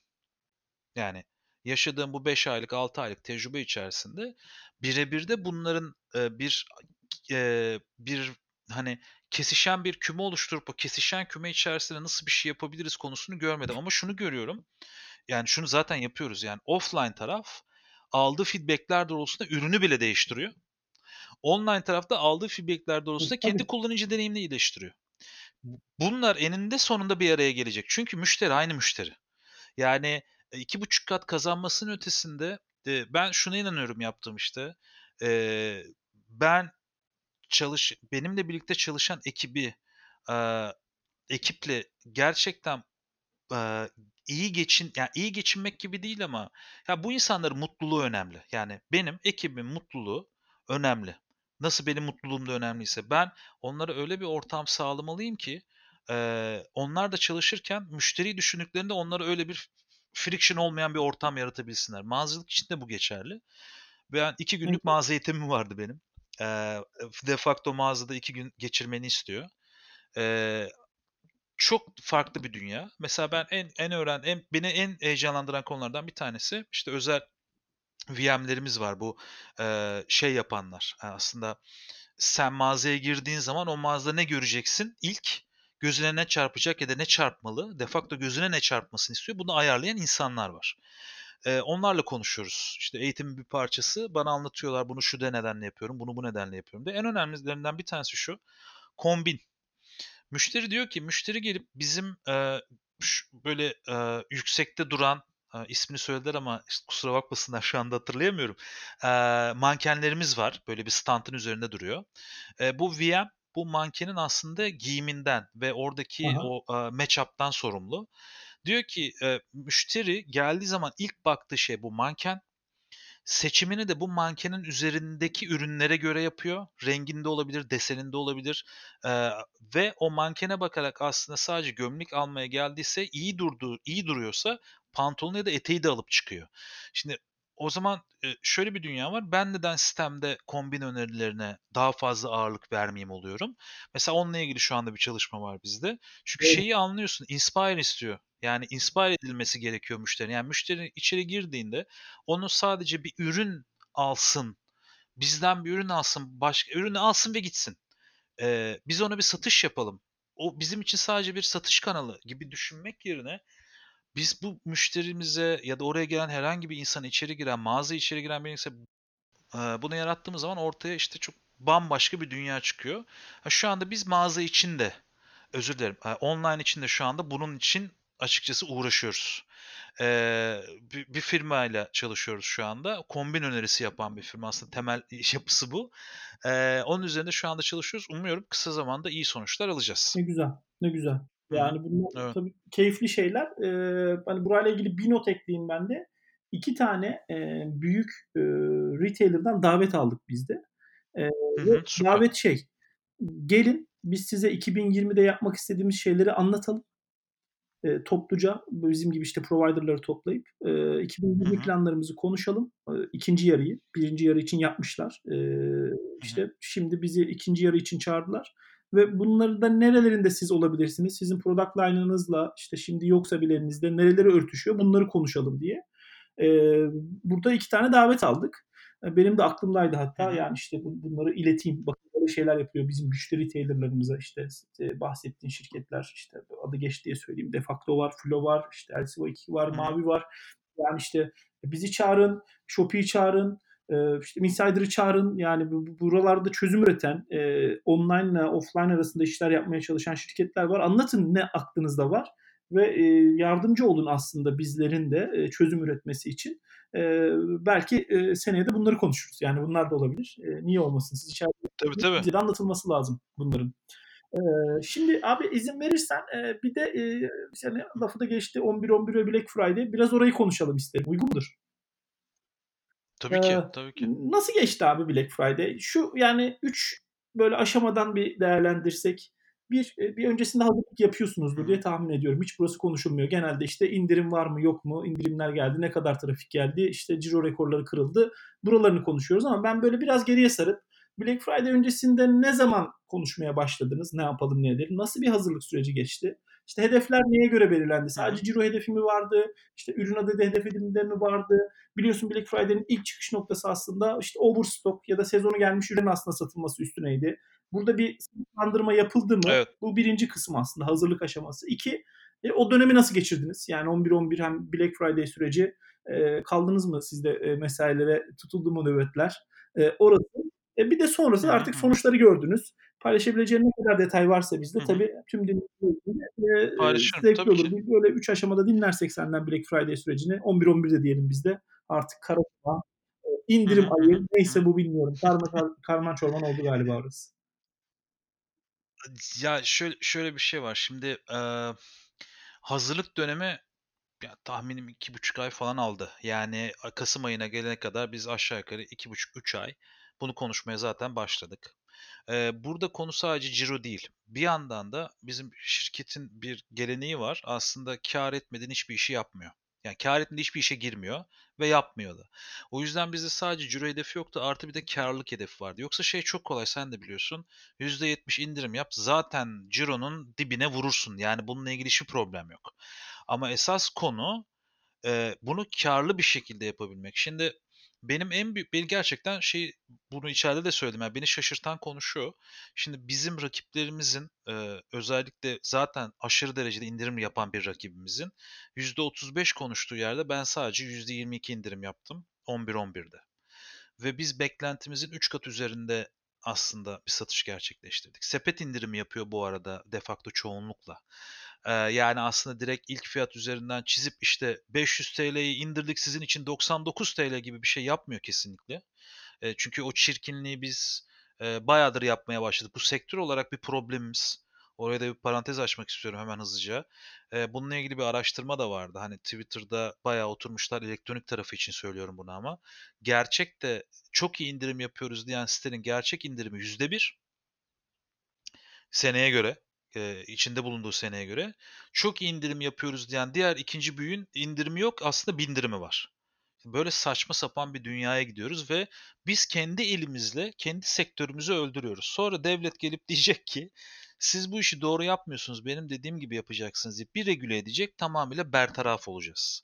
Yani yaşadığım bu beş aylık, altı aylık tecrübe içerisinde bire bir de bunların, eee, bir eee, bir, hani, kesişen bir küme oluşturup o kesişen küme içerisinde nasıl bir şey yapabiliriz konusunu görmedim ama şunu görüyorum, yani, şunu zaten yapıyoruz, yani, offline taraf aldığı feedback'ler doğrultusunda ürünü bile değiştiriyor. Online tarafta aldığı feedback'ler Hı, doğrultusunda kendi tabii. kullanıcı deneyimini iyileştiriyor. Bu bunlar eninde sonunda bir araya gelecek. Çünkü müşteri aynı müşteri. Yani, eee, iki buçuk kat kazanmasının ötesinde, eee, ben şuna inanıyorum yaptığım işte, eee, ben çalış benimle birlikte çalışan ekibi, aaa, ekiple gerçekten, aaa, iyi geçin ya, iyi geçinmek gibi değil ama ya, bu insanların mutluluğu önemli. Yani benim ekibimin mutluluğu önemli. Nasıl benim mutluluğum da önemliyse ben onlara öyle bir ortam sağlamalıyım ki, eee, onlar da çalışırken müşteriyi düşündüklerinde onlara öyle bir friction olmayan bir ortam yaratabilsinler. Mağazacılık için de bu geçerli. Ben iki Evet. günlük mağaza eğitimim vardı benim. Eee, de facto mağazada iki gün geçirmeni istiyor. Eee, çok farklı bir dünya. Mesela ben en en öğren en beni en heyecanlandıran konulardan bir tanesi, işte, özel V M'lerimiz var. Bu, eee, şey yapanlar, eee, aslında sen mağazaya girdiğin zaman o mağazada ne göreceksin? İlk gözüne ne çarpacak ya da ne çarpmalı? De facto gözüne ne çarpmasını istiyor? Bunu ayarlayan insanlar var. Eee, onlarla konuşuyoruz. İşte, eğitimin bir parçası. Bana anlatıyorlar, bunu şu de nedenle yapıyorum, bunu bu nedenle yapıyorum diye. En önemlilerinden bir tanesi şu, kombin. Müşteri diyor ki, müşteri gelip bizim, eee, ş böyle, eee, yüksekte duran, eee, ismini söylediler ama işte kusura bakmasınlar şu anda hatırlayamıyorum. Eee, mankenlerimiz var. Böyle bir standın üzerinde duruyor. Eee, bu V M, bu mankenin aslında giyiminden ve Hı oradaki hı. o, eee, match-up'tan sorumlu. Diyor ki, eee, müşteri geldiği zaman ilk baktığı şey bu manken. Seçimini de bu mankenin üzerindeki ürünlere göre yapıyor. Renginde olabilir, deseninde olabilir, eee, ve o mankene bakarak aslında sadece gömlek almaya geldiyse, iyi durduğu iyi duruyorsa pantolonu ya da eteği de alıp çıkıyor. Şimdi o zaman, eee, şöyle bir dünya var. Ben neden sitemde kombin önerilerine daha fazla ağırlık vermeyeyim oluyorum. Mesela onunla ilgili şu anda bir çalışma var bizde. Çünkü Doğru. şeyi anlıyorsun, inspire istiyor. Yani inspire edilmesi gerekiyor müşterinin. Yani müşteri içeri girdiğinde onu sadece bir ürün alsın, bizden bir ürün alsın, başka ürünü alsın ve gitsin. Eee, biz ona bir satış yapalım. O bizim için sadece bir satış kanalı gibi düşünmek yerine biz bu müşterimize ya da oraya gelen herhangi bir insana, içeri giren, mağazaya içeri giren bir insa eee, bunu yarattığımız zaman ortaya, işte, çok bambaşka bir dünya çıkıyor. Ha, şu anda biz mağaza için de, özür dilerim, eee, online için de şu anda bunun için açıkçası uğraşıyoruz. Eee, bi bir firmayla çalışıyoruz şu anda. Kombin önerisi yapan bir firma aslında temel iş yapısı bu. Eee, onun üzerinde şu anda çalışıyoruz. Umuyorum kısa zamanda iyi sonuçlar alacağız. Ne güzel, ne güzel. Hı hı. Yani bunlar Evet. tabii keyifli şeyler. Eee, hani, burayla ilgili bir not ekleyeyim ben de. iki tane, eee, büyük, eee, retailer'dan davet aldık biz de. Eee, Hı ve hı. Süper. davet şey, gelin biz size iki bin yirmide yapmak istediğimiz şeyleri anlatalım. Eee, topluca bizim gibi, işte, provider'ları toplayıp, eee, Hı iki bin yirmi hı. planlarımızı konuşalım. Eee, ikinci yarıyı, birinci yarı için yapmışlar. Eee, Hı hı. işte, şimdi bizi ikinci yarı için çağırdılar ve bunları da nerelerinde siz olabilirsiniz, sizin product line'ınızla, işte, şimdi yoksa bile elinizde nereleri örtüşüyor, bunları konuşalım diye. Eee, burada iki tane davet aldık. Eee, benim de aklımdaydı Hı hatta, hı. yani, işte, bu bunları ileteyim. Bakın böyle şeyler yapıyor bizim güçlü retailer'larımıza, işte, s bahsettiğin şirketler, işte, adı geçti diye söyleyeyim. Defacto var, Flo var, işte, L C iki var, Hı hı. Mavi var. Yani, işte, bizi çağırın, Shopee çağırın, eee, işte, Insider'ı çağırın. Yani, bu bu buralarda çözüm üreten, eee, online'la offline arasında işler yapmaya çalışan şirketler var. Anlatın ne aklınızda var ve, eee, yardımcı olun aslında bizlerin de, eee, çözüm üretmesi için. Eee, belki, eee, seneye de bunları konuşuruz. Yani bunlar da olabilir. Eee, niye olmasın? Siz içeride Tabii, tabii. bize de anlatılması lazım bunların. Eee, şimdi abi izin verirsen, eee, bir de, eee, hani, lafı da geçti on bir on bir ve Black Friday. Biraz orayı konuşalım isterim. Uygun mudur? Tabii ki, Eee, tabii ki. nasıl geçti abi Black Friday? Şu, yani üç böyle aşamadan bir değerlendirsek. Bir, eee, bir öncesinde hazırlık Hı yapıyorsunuzdur diye hı. tahmin ediyorum. Hiç burası konuşulmuyor. Genelde, işte, indirim var mı, yok mu? İndirimler geldi, ne kadar trafik geldi, işte, ciro rekorları kırıldı. Buralarını konuşuyoruz ama ben böyle biraz geriye sarıp Black Friday öncesinde ne zaman konuşmaya başladınız? Ne yapalım, ne edelim? Nasıl bir hazırlık süreci geçti? İşte, hedefler neye göre belirlendi? Hı hı. Sadece ciro hedefi mi vardı? İşte, ürün adedi hedefinde mi vardı? Biliyorsun Black Friday'nin ilk çıkış noktası aslında işte overstock ya da sezonu gelmiş ürün aslında satılması üstüneydi. Burada bir sınıflandırma yapıldı mı? Evet. Bu birinci kısım aslında hazırlık aşaması. iki e, o dönemi nasıl geçirdiniz? Yani on bir on bir hem Black Friday süreci, eee, kaldınız mı siz de, eee, mesailere, tutuldu mu nöbetler? Eee, orası. E, bir de Hı sonrasında hı. artık Hı hı. sonuçları gördünüz. Paylaşabileceğin ne kadar detay varsa bizde Hı hı. tabii tüm dinleyicilerimizle, eee, Paylaşırım. zevkli Tabii olur. ki. Bir böyle üç aşamada dinlersek senden Black Friday sürecini on bir on bir de diyelim biz de. Artık kara cuma, eee, Hı indirim hı. Hı hı. ayı Hı neyse hı. bu bilmiyorum. Karma kar karman çorman oldu galiba orası. Ya, şöyle şöyle bir şey var. Şimdi, eee, hazırlık dönemi, ya, tahminim iki buçuk ay falan aldı. Yani, a kasım ayına gelene kadar biz aşağı yukarı iki buçuk üç ay bunu konuşmaya zaten başladık. Eee, burada konu sadece ciro değil. Bir yandan da bizim şirketin bir geleneği var. Aslında kâr etmeden hiçbir işi yapmıyor. Yani kâr etmeden hiçbir işe girmiyor ve yapmıyor da. O yüzden bizde sadece ciro hedefi yoktu, artı bir de kârlılık hedefi vardı. Yoksa şey çok kolay, sen de biliyorsun. yüzde yetmiş indirim yap, zaten cironun dibine vurursun. Yani bununla ilgili hiçbir problem yok. Ama esas konu Eee, bunu kârlı bir şekilde yapabilmek. Şimdi benim en büyük beni gerçekten şey, bunu içeride de söyledim, yani beni şaşırtan konu şu: Şimdi bizim rakiplerimizin, eee, özellikle zaten aşırı derecede indirim yapan bir rakibimizin yüzde otuz beş konuştuğu yerde ben sadece yüzde yirmi iki indirim yaptım on bir on birde ve biz beklentimizin üç kat üzerinde aslında bir satış gerçekleştirdik. Sepet indirimi yapıyor bu arada de facto çoğunlukla. Eee, yani aslında direkt ilk fiyat üzerinden çizip, işte, beş yüz T L'yi indirdik sizin için doksan dokuz T L gibi bir şey yapmıyor kesinlikle. Eee, çünkü o çirkinliği biz, eee, bayağıdır yapmaya başladık. Bu sektör olarak bir problemimiz. Oraya da bir parantez açmak istiyorum hemen hızlıca. Eee, bununla ilgili bir araştırma da vardı. Hani, Twitter'da bayağı oturmuşlar, elektronik tarafı için söylüyorum bunu ama. Gerçekte çok iyi indirim yapıyoruz diyen sitenin gerçek indirimi yüzde bir seneye göre, eee, içinde bulunduğu seneye göre. Çok iyi indirim yapıyoruz diyen diğer ikinci büyüğün indirimi yok, aslında bindirimi var. Böyle saçma sapan bir dünyaya gidiyoruz ve biz kendi elimizle kendi sektörümüzü öldürüyoruz. Sonra devlet gelip diyecek ki, "Siz bu işi doğru yapmıyorsunuz, benim dediğim gibi yapacaksınız." deyip bir regüle edecek, tamamıyla bertaraf olacağız.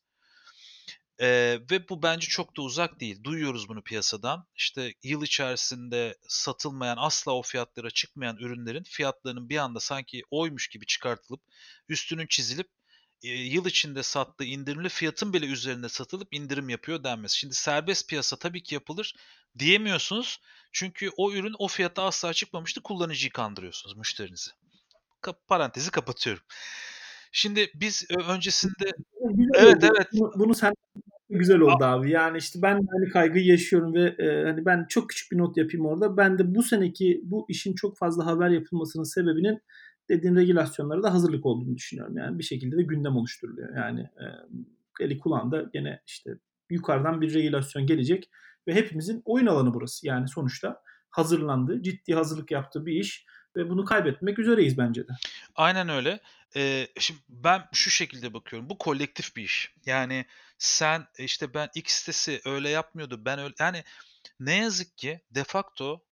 Eee, ve bu bence çok da uzak değil. Duyuyoruz bunu piyasadan. İşte, yıl içerisinde satılmayan, asla o fiyatlara çıkmayan ürünlerin fiyatlarının bir anda sanki oymuş gibi çıkartılıp, üstünün çizilip, eee, yıl içinde sattığı indirimli fiyatın bile üzerinde satılıp indirim yapıyor denmesi. Şimdi serbest piyasa tabii ki yapılır diyemiyorsunuz. Çünkü o ürün o fiyata asla çıkmamıştı, kullanıcıyı kandırıyorsunuz, müşterinizi. Kap parantezi kapatıyorum. Şimdi biz, eee, öncesinde. Güzel Evet, oldu. evet. Bunu bunu sen güzel A oldu abi. Yani, işte, ben de aynı kaygıyı yaşıyorum ve, eee, hani, ben çok küçük bir not yapayım orada. Ben de bu seneki bu işin çok fazla haber yapılmasının sebebinin dediğin regülasyonlara da hazırlık olduğunu düşünüyorum. Yani, bir şekilde de gündem oluşturuluyor. Yani, emm, eli kulağında gene, işte, yukarıdan bir regülasyon gelecek ve hepimizin oyun alanı burası. Yani, sonuçta hazırlandığı, ciddi hazırlık yaptığı bir iş ve bunu kaybetmek üzereyiz bence de. Aynen öyle. Eee, şimdi ben şu şekilde bakıyorum, bu kolektif bir iş. Yani sen, işte, ben X sitesi öyle yapmıyordu, ben öyle yani ne yazık ki de facto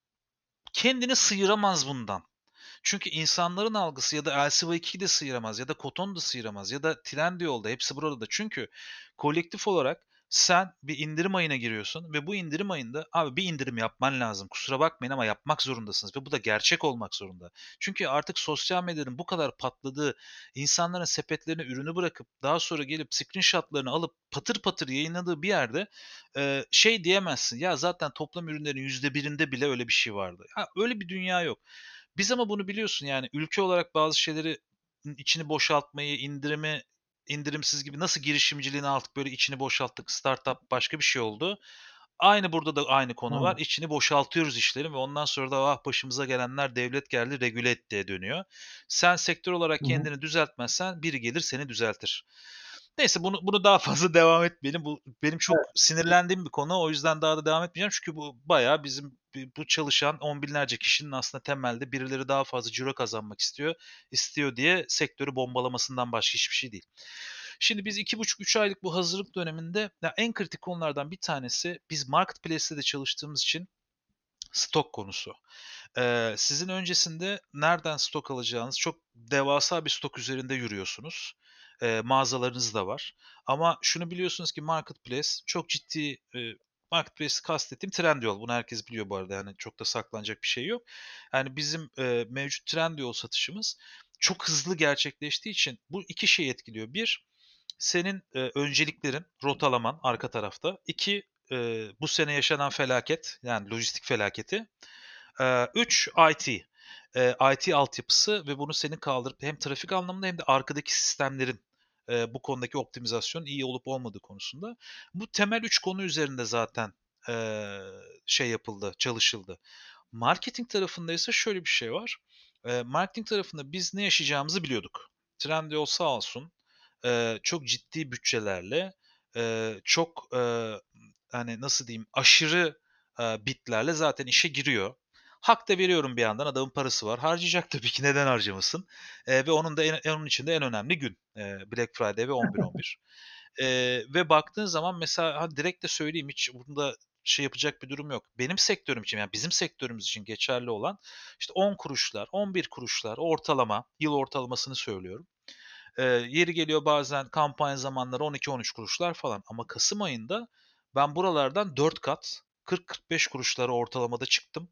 kendini sıyıramaz bundan. Çünkü insanların algısı ya da L C V ikiyi de sıyıramaz ya da Koton da sıyıramaz ya da Trendyol'da hepsi burada da. Çünkü kolektif olarak sen bir indirim ayına giriyorsun ve bu indirim ayında abi bir indirim yapman lazım. Kusura bakmayın ama yapmak zorundasınız ve bu da gerçek olmak zorunda. Çünkü artık sosyal medyanın bu kadar patladığı, insanların sepetlerine ürünü bırakıp daha sonra gelip screenshot'larını alıp patır patır yayınladığı bir yerde, eee, şey diyemezsin, "Ya zaten toplam ürünlerin yüzde birinde bile öyle bir şey vardı." Ya öyle bir dünya yok. Biz ama bunu biliyorsun, yani, ülke olarak bazı şeyleri içini boşaltmayı, indirimi indirimsiz gibi nasıl girişimciliğin artık böyle içini boşalttık, startup başka bir şey oldu. Aynı burada da aynı konu var. Aynen. İçini boşaltıyoruz işlerin ve ondan sonra da "Ah, başımıza gelenler devlet geldi, regüle etti." dönüyor. Sen sektör olarak Hı hı. kendini düzeltmezsen biri gelir seni düzeltir. Neyse bunu bunu daha fazla devam etmeyelim. Bu benim çok Evet. sinirlendiğim bir konu. O yüzden daha da devam etmeyeceğim. Çünkü bu bayağı bizim bi bu çalışan on binlerce kişinin aslında temelde birileri daha fazla ciro kazanmak istiyor istiyor diye sektörü bombalamasından başka hiçbir şey değil. Şimdi biz iki buçuk üç aylık bu hazırlık döneminde ya en kritik konulardan bir tanesi biz marketplace'te de çalıştığımız için stok konusu. Eee, sizin öncesinde nereden stok alacağınız çok devasa bir stok üzerinde yürüyorsunuz. Eee, mağazalarınız da var ama şunu biliyorsunuz ki marketplace çok ciddi, eee, marketplace'i kastettiğim Trendyol. Bunu herkes biliyor bu arada, yani, çok da saklanacak bir şey yok. Yani, bizim, eee, mevcut Trendyol satışımız çok hızlı gerçekleştiği için bu iki şeyi etkiliyor. Bir, senin, eee, önceliklerin, rotalaman arka tarafta. iki, eee, bu sene yaşanan felaket, yani, lojistik felaketi. Eee, üç I T. Eee, I T altyapısı ve bunu senin kaldırıp hem trafik anlamında hem de arkadaki sistemlerin, eee, bu konudaki optimizasyonun iyi olup olmadığı konusunda. Bu temel üç konu üzerinde zaten, eee, şey yapıldı, çalışıldı. Marketing tarafında ise şöyle bir şey var. Eee, marketing tarafında biz ne yaşayacağımızı biliyorduk. Trendyol sağ olsun, eee, çok ciddi bütçelerle, eee, çok, eee, hani, nasıl diyeyim, aşırı, eee, bitlerle zaten işe giriyor. Hak da veriyorum bir yandan, adamın parası var. Harcayacak tabii ki, neden harcamasın? Eee, ve onun da en onun için de en önemli gün, eee, Black Friday ve on bir on bir. Eee, ve baktığın zaman mesela, ha, direkt de söyleyeyim, hiç bunda şey yapacak bir durum yok. Benim sektörüm için, yani bizim sektörümüz için geçerli olan, işte on kuruşlar, on bir kuruşlar ortalama, yıl ortalamasını söylüyorum. Eee, yeri geliyor bazen kampanya zamanları on iki on üç kuruşlar falan ama kasım ayında ben buralardan dört kat kırk kırk beş kuruşlara ortalamada çıktım.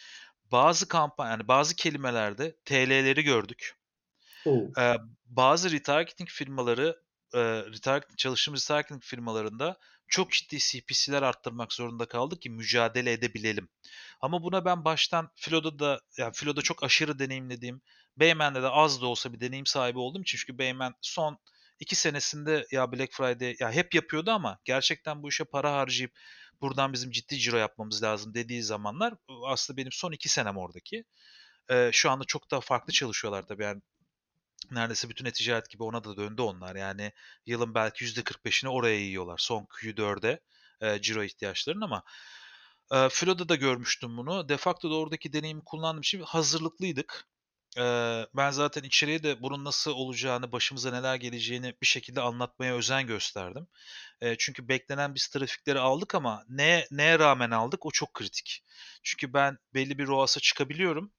Bazı kampanya yani bazı kelimelerde T L'leri gördük. O! Eee, bazı retargeting firmaları, eee, retargeting çalıştığımız retargeting firmalarında çok ciddi C P C'ler arttırmak zorunda kaldık ki mücadele edebilelim. Ama buna ben baştan Filo'da da, ya, Filo'da çok aşırı deneyimlediğim, Beymen'de de az da olsa bir deneyim sahibi olduğum için çünkü Beymen son iki senesinde ya Black Friday ya hep yapıyordu ama gerçekten bu işe para harcayıp buradan bizim ciddi ciro yapmamız lazım dediği zamanlar, ııı, aslında benim son iki senem oradaki. Eee, şu anda çok daha farklı çalışıyorlar tabii, yani, neredeyse bütün e-ticaret gibi ona da döndü onlar. Yani, yılın belki yüzde kırk beşini oraya yiyorlar, son Q dörde, eee, ciro ihtiyaçlarının ama, eee, Filo'da da görmüştüm bunu. Defakto'da oradaki deneyimi kullandığım için hazırlıklıydık. Eee, ben zaten içeriye de bunun nasıl olacağını, başımıza neler geleceğini bir şekilde anlatmaya özen gösterdim. Eee, çünkü beklenen biz trafikleri aldık ama neye neye rağmen aldık o çok kritik. Çünkü ben belli bir ROAS'a çıkabiliyorum.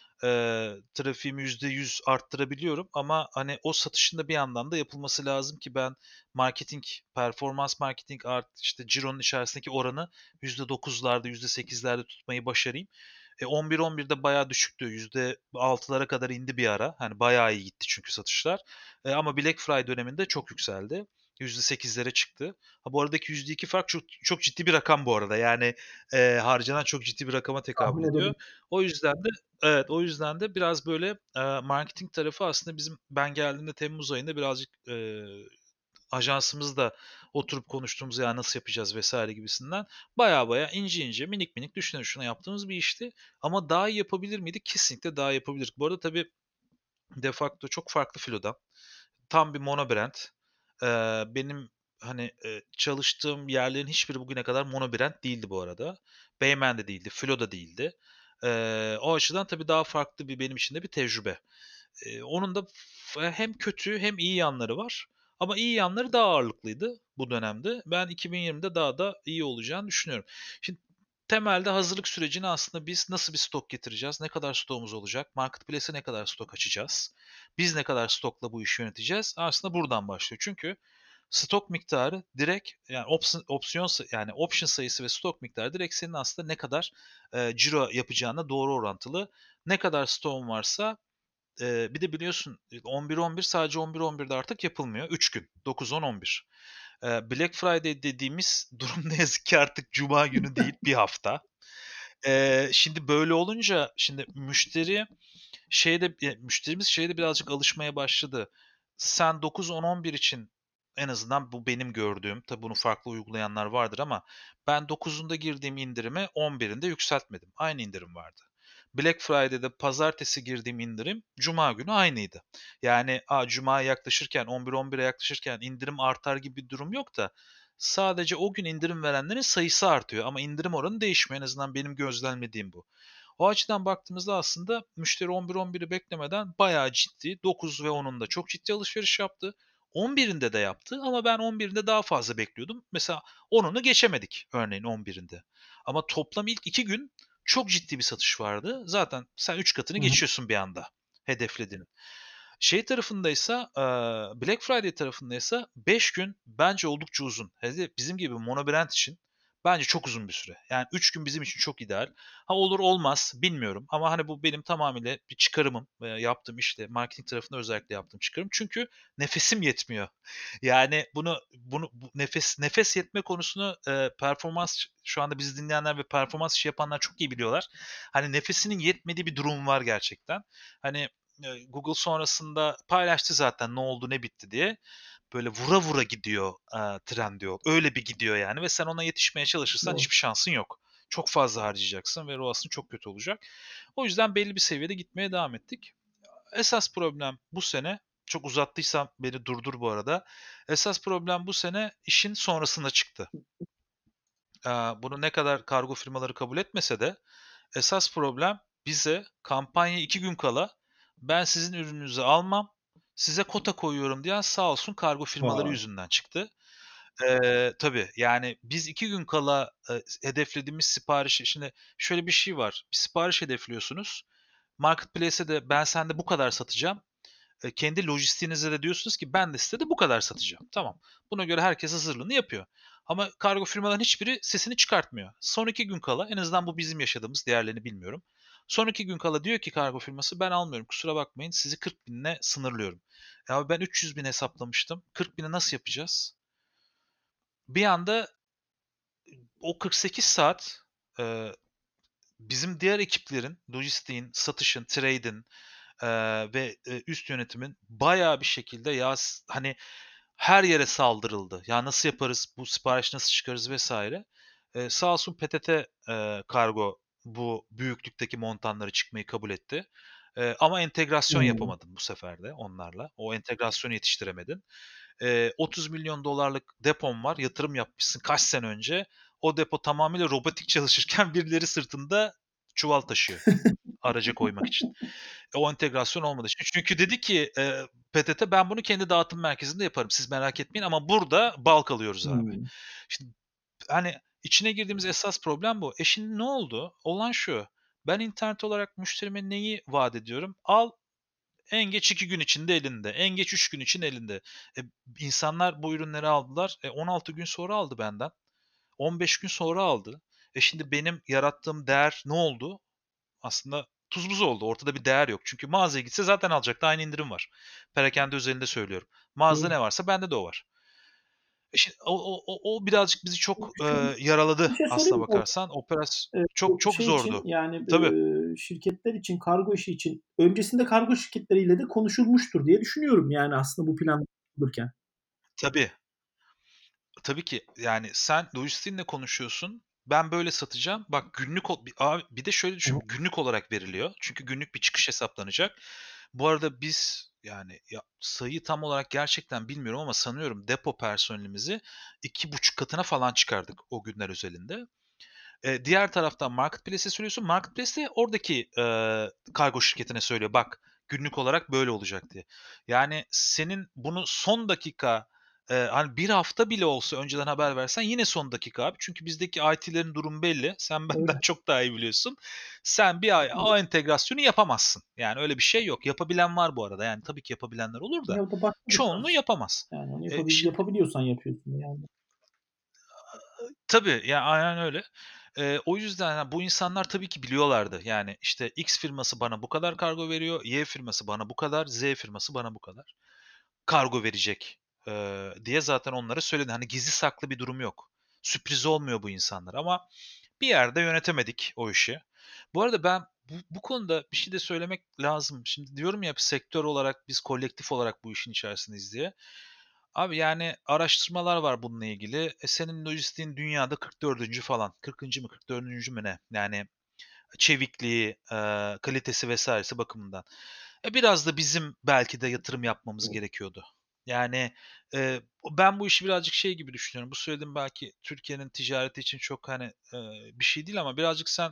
Eee, trafiğimi yüzde yüz arttırabiliyorum ama, hani, o satışın da bir yandan da yapılması lazım ki ben marketing, performans marketing art işte cironun içerisindeki oranı yüzde dokuzlarda yüzde sekizlerde tutmayı başarayım. E, on bir on birde bayağı düşüktü. yüzde altılara kadar indi bir ara. Hani, bayağı iyi gitti çünkü satışlar. Eee, ama Black Friday döneminde çok yükseldi. yüzde sekizlere çıktı. Ha, bu aradaki yüzde iki fark çok çok ciddi bir rakam bu arada. Yani, eee, harcanan çok ciddi bir rakama tekabül Tahmin ediyor. edebiliyorum. O yüzden de evet, o yüzden de biraz böyle, eee, marketing tarafı aslında bizim ben geldiğimde temmuz ayında birazcık, eee, ajansımızla oturup konuştuğumuz, "Ya, nasıl yapacağız?" vesaire gibisinden baya baya ince ince, minik minik, düşüne düşüne yaptığımız bir işti ama daha iyi yapabilir miydik? Kesinlikle daha iyi yapabilirdik. Bu arada tabii Defakto çok farklı filodan. Tam bir mono brand. Eee, benim, hani, eee, çalıştığım yerlerin hiçbiri bugüne kadar mono brand değildi bu arada. Beymen de değildi, Filo da değildi. Eee, o açıdan tabii daha farklı bir benim için de bir tecrübe. Eee, onun da f hem kötü hem iyi yanları var ama iyi yanları daha ağırlıklıydı bu dönemde. Ben iki bin yirmide daha da iyi olacağını düşünüyorum. Şimdi temelde hazırlık sürecini aslında biz nasıl bir stok getireceğiz, ne kadar stoğumuz olacak, marketplace'e ne kadar stok açacağız, biz ne kadar stokla bu işi yöneteceğiz, aslında buradan başlıyor. Çünkü stok miktarı direkt yani opsi opsiyon sa yani option sayısı ve stok miktarı direkt senin aslında ne kadar, eee, ciro yapacağına doğru orantılı. Ne kadar stoğun varsa Eee, bir de biliyorsun, eee, on bir on bir sadece on bir on birde artık yapılmıyor. üç gün, dokuz on on bir. Eee, Black Friday dediğimiz durum ne yazık ki artık cuma günü değil, bir hafta. Eee, şimdi böyle olunca şimdi müşteri şeyde eee, müşterimiz şeye de birazcık alışmaya başladı. Sen dokuz on on bir için en azından bu benim gördüğüm, tabii bunu farklı uygulayanlar vardır ama ben dokuzunda girdiğim indirimi on birinde yükseltmedim. Aynı indirim vardı. Black Friday'de pazartesi girdiğim indirim cuma günü aynıydı. Yani, a, cumaya yaklaşırken, on bir on bire yaklaşırken indirim artar gibi bir durum yok da sadece o gün indirim verenlerin sayısı artıyor ama indirim oranı değişmiyor. En azından benim gözlemlediğim bu. O açıdan baktığımızda aslında müşteri on bir on biri beklemeden bayağı ciddi dokuz ve onunda çok ciddi alışveriş yaptı. on birinde de yaptı ama ben on birinde daha fazla bekliyordum. Mesela onunu geçemedik örneğin on birinde. Ama toplam ilk iki gün çok ciddi bir satış vardı. Zaten sen üç katını Hı hı. geçiyorsun bir anda hedeflediğinin. Şey tarafındaysa, eee, Black Friday tarafındaysa beş gün bence oldukça uzun. Hele bizim gibi monobrand için bence çok uzun bir süre. Yani üç gün bizim için çok ideal. Ha, olur olmaz bilmiyorum ama, hani, bu benim tamamıyla bir çıkarımım veya yaptığım işte marketing tarafında özellikle yaptığım çıkarım. Çünkü nefesim yetmiyor. Yani bunu bunu bu nefes nefes yetme konusunu, eee, performans şu anda bizi dinleyenler ve performans işi yapanlar çok iyi biliyorlar. Hani, nefesinin yetmediği bir durum var gerçekten. Hani, eee, Google sonrasında paylaştı zaten ne oldu ne bitti diye. Böyle vura vura gidiyor, eee, Trendyol. Öyle bir gidiyor yani ve sen ona yetişmeye çalışırsan Doğru. hiçbir şansın yok. Çok fazla harcayacaksın ve ROAS'ın çok kötü olacak. O yüzden belli bir seviyede gitmeye devam ettik. Esas problem bu sene, çok uzattıysam beni durdur bu arada. Esas problem bu sene işin sonrasında çıktı. Aaa, bunu ne kadar kargo firmaları kabul etmese de esas problem bize kampanya iki gün kala "Ben sizin ürününüzü almam, size kota koyuyorum." diyen sağ olsun kargo firmaları Vay! yüzünden çıktı. Eee, tabii, yani biz iki gün kala, eee, hedeflediğimiz siparişi şimdi şöyle bir şey var, bir sipariş hedefliyorsunuz. Marketplace'e de "Ben sende bu kadar satacağım." Eee, kendi lojistiğinizde de diyorsunuz ki ben de size de bu kadar satacağım. Tamam. Buna göre herkes hazırlığını yapıyor. Ama kargo firmalarının hiçbiri sesini çıkartmıyor. Son iki gün kala en azından bu bizim yaşadığımız, diğerlerini bilmiyorum. Son iki gün kala diyor ki kargo firması ben almıyorum kusura bakmayın sizi kırk binle sınırlıyorum. Ya ben üç yüz bin hesaplamıştım. kırk bini nasıl yapacağız? Bir anda o kırk sekiz saat, eee, bizim diğer ekiplerin, lojistiğin, satışın, trade'in, Eee, ve, eee, üst yönetimin bayağı bir şekilde ya s hani her yere saldırıldı. Ya nasıl yaparız, bu siparişi nasıl çıkarız vesaire. Eee, sağ olsun P T T, eee, kargo bu büyüklükteki montanlara çıkmayı kabul etti. Eee, ama entegrasyon Hımm. yapamadın bu sefer de onlarla. O entegrasyonu yetiştiremedin. Eee, otuz milyon dolarlık depon var, yatırım yapmışsın kaç sene önce. O depo tamamıyla robotik çalışırken birileri sırtında çuval taşıyor araca koymak için. E, o entegrasyon olmadığı için. Çünkü dedi ki, eee, P T T, "Ben bunu kendi dağıtım merkezinde yaparım. Siz merak etmeyin ama burada bulk alıyoruz abi." Hımm. Şimdi, hani, içine girdiğimiz esas problem bu. E, şimdi ne oldu? Olan şu: Ben internet olarak müşterime neyi vaat ediyorum? Al, en geç iki gün içinde elinde, en geç üç gün için elinde. E, insanlar bu ürünleri aldılar. E, on altı gün sonra aldı benden. on beş gün sonra aldı. E, şimdi benim yarattığım değer ne oldu? Aslında tuz buz oldu. Ortada bir değer yok. Çünkü mağazaya gitse zaten alacaktı. Aynı indirim var. Perakende özelinde söylüyorum. Mağazada Doğru. ne varsa bende de o var. E, şi o o o o birazcık bizi çok, Şöyle eee, yaraladı bir şey sorayım aslına mı orada? bakarsan. Operas Eee, çok bu çok şey için, zordu. yani, Tabii, eee, şirketler için, kargo işi için öncesinde kargo şirketleriyle de konuşulmuştur diye düşünüyorum, yani, aslında bu plan yapılırken. tabii. Tabii ki. Yani sen lojistiğinle konuşuyorsun. Ben böyle satacağım. Bak günlük o bir abi bir de şöyle Hı hı. düşün, günlük olarak veriliyor. Çünkü günlük bir çıkış hesaplanacak. Bu arada biz, yani, ya, sayıyı tam olarak gerçekten bilmiyorum ama sanıyorum depo personelimizi iki buçuk katına falan çıkardık o günler özelinde. Eee, diğer taraftan marketplace'e söylüyorsun. Marketplace de oradaki, eee, kargo şirketine söylüyor. Bak, günlük olarak böyle olacak diye. Yani senin bunu son dakika, eee, hani bir hafta bile olsa önceden haber versen yine son dakika abi. Çünkü bizdeki I T'lerin durumu belli. Sen benden Öyle. çok daha iyi biliyorsun. Sen bir ay Tabii. o entegrasyonu yapamazsın. Yani öyle bir şey yok. Yapabilen var bu arada. Yani tabii ki yapabilenler olur da Ya, o da başka bir çoğunluğu tarz. yapamaz. Yani, onu Eee, yapabil şimdi yapabiliyorsan yapıyorsun, yani. Tabii, ya, aynen öyle. Eee, o yüzden, ha, bu insanlar tabii ki biliyorlardı. Yani, işte, X firması bana bu kadar kargo veriyor, Y firması bana bu kadar, Z firması bana bu kadar kargo verecek, eee, diye zaten onlara söyledi. Hani, gizli saklı bir durum yok. Sürpriz olmuyor bu insanlara ama bir yerde yönetemedik o işi. Bu arada ben bu bu konuda bir şey de söylemek lazım. Şimdi diyorum ya, sektör olarak biz kolektif olarak bu işin içerisindeyiz diye. Abi, yani, araştırmalar var bununla ilgili. E, senin lojistiğin dünyada kırk dördüncü falan. kırkıncı mı kırk dördüncü mü ne? Yani, çevikliği, eee, kalitesi vesairesi bakımından. E, biraz da bizim belki de yatırım yapmamız Doğru. gerekiyordu. Yani, eee, ben bu işi birazcık şey gibi düşünüyorum. Bu söylediğim belki Türkiye'nin ticareti için çok, hani, eee, bir şey değil ama birazcık sen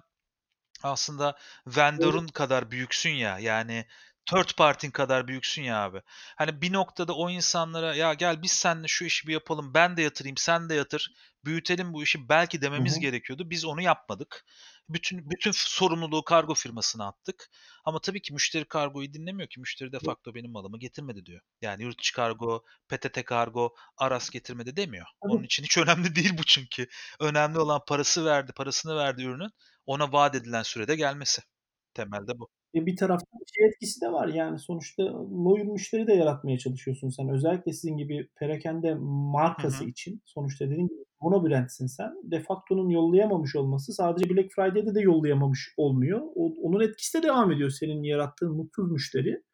aslında Doğru. vendor'un kadar büyüksün ya, yani third party'in kadar büyüksün ya abi. Hani bir noktada o insanlara, "Ya gel biz seninle şu işi bir yapalım, ben de yatırayım, sen de yatır, büyütelim bu işi." belki Hı dememiz hı. gerekiyordu. Biz onu yapmadık. Bütün bütün f sorumluluğu kargo firmasına attık. Ama tabii ki müşteri kargoyu dinlemiyor ki. Müşteri de Doğru. facto benim malımı getirmedi diyor. Yani yurt dışı kargo, P T T Kargo, Aras getirmedi demiyor. Onun Tabii. için hiç önemli değil bu çünkü. Önemli olan parası verdi, parasını verdi ürünün. Ona vaat edilen sürede gelmesi. Temelde bu. E, bir taraftan şey etkisi de var, yani, sonuçta loyal müşteri de yaratmaya çalışıyorsun sen. Özellikle sizin gibi perakende Hı markası hı. için sonuçta dediğim gibi mono brand'sin sen. De facto'nun yollayamamış olması sadece Black Friday'de de yollayamamış olmuyor. O onun etkisi de devam ediyor. Senin yarattığın mutsuz müşteri,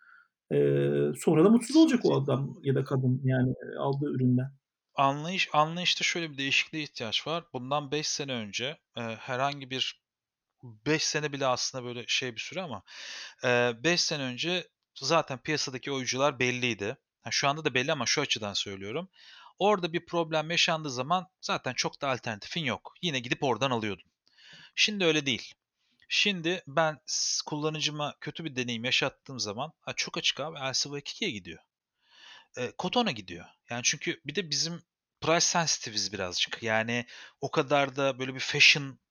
eee, sonra da mutsuz olacak o adam ya da kadın, yani, eee, aldığı üründen. Anlayış anlayışta şöyle bir değişikliğe ihtiyaç var. Bundan beş sene önce, eee, herhangi bir beş sene bile aslında böyle şey bir süre ama, eee, beş sene önce zaten piyasadaki oyuncular belliydi. Ha, şu anda da belli ama şu açıdan söylüyorum. Orada bir problem yaşandığı zaman zaten çok da alternatifin yok. Yine gidip oradan alıyordun. Şimdi öyle değil. Şimdi ben s kullanıcıma kötü bir deneyim yaşattığım zaman, ha, çok açık abi, Elsevier Kiki'ye gidiyor. Eee, Koton'a gidiyor. Yani çünkü bir de bizim price sensitive'iz birazcık. Yani o kadar da böyle bir fashion,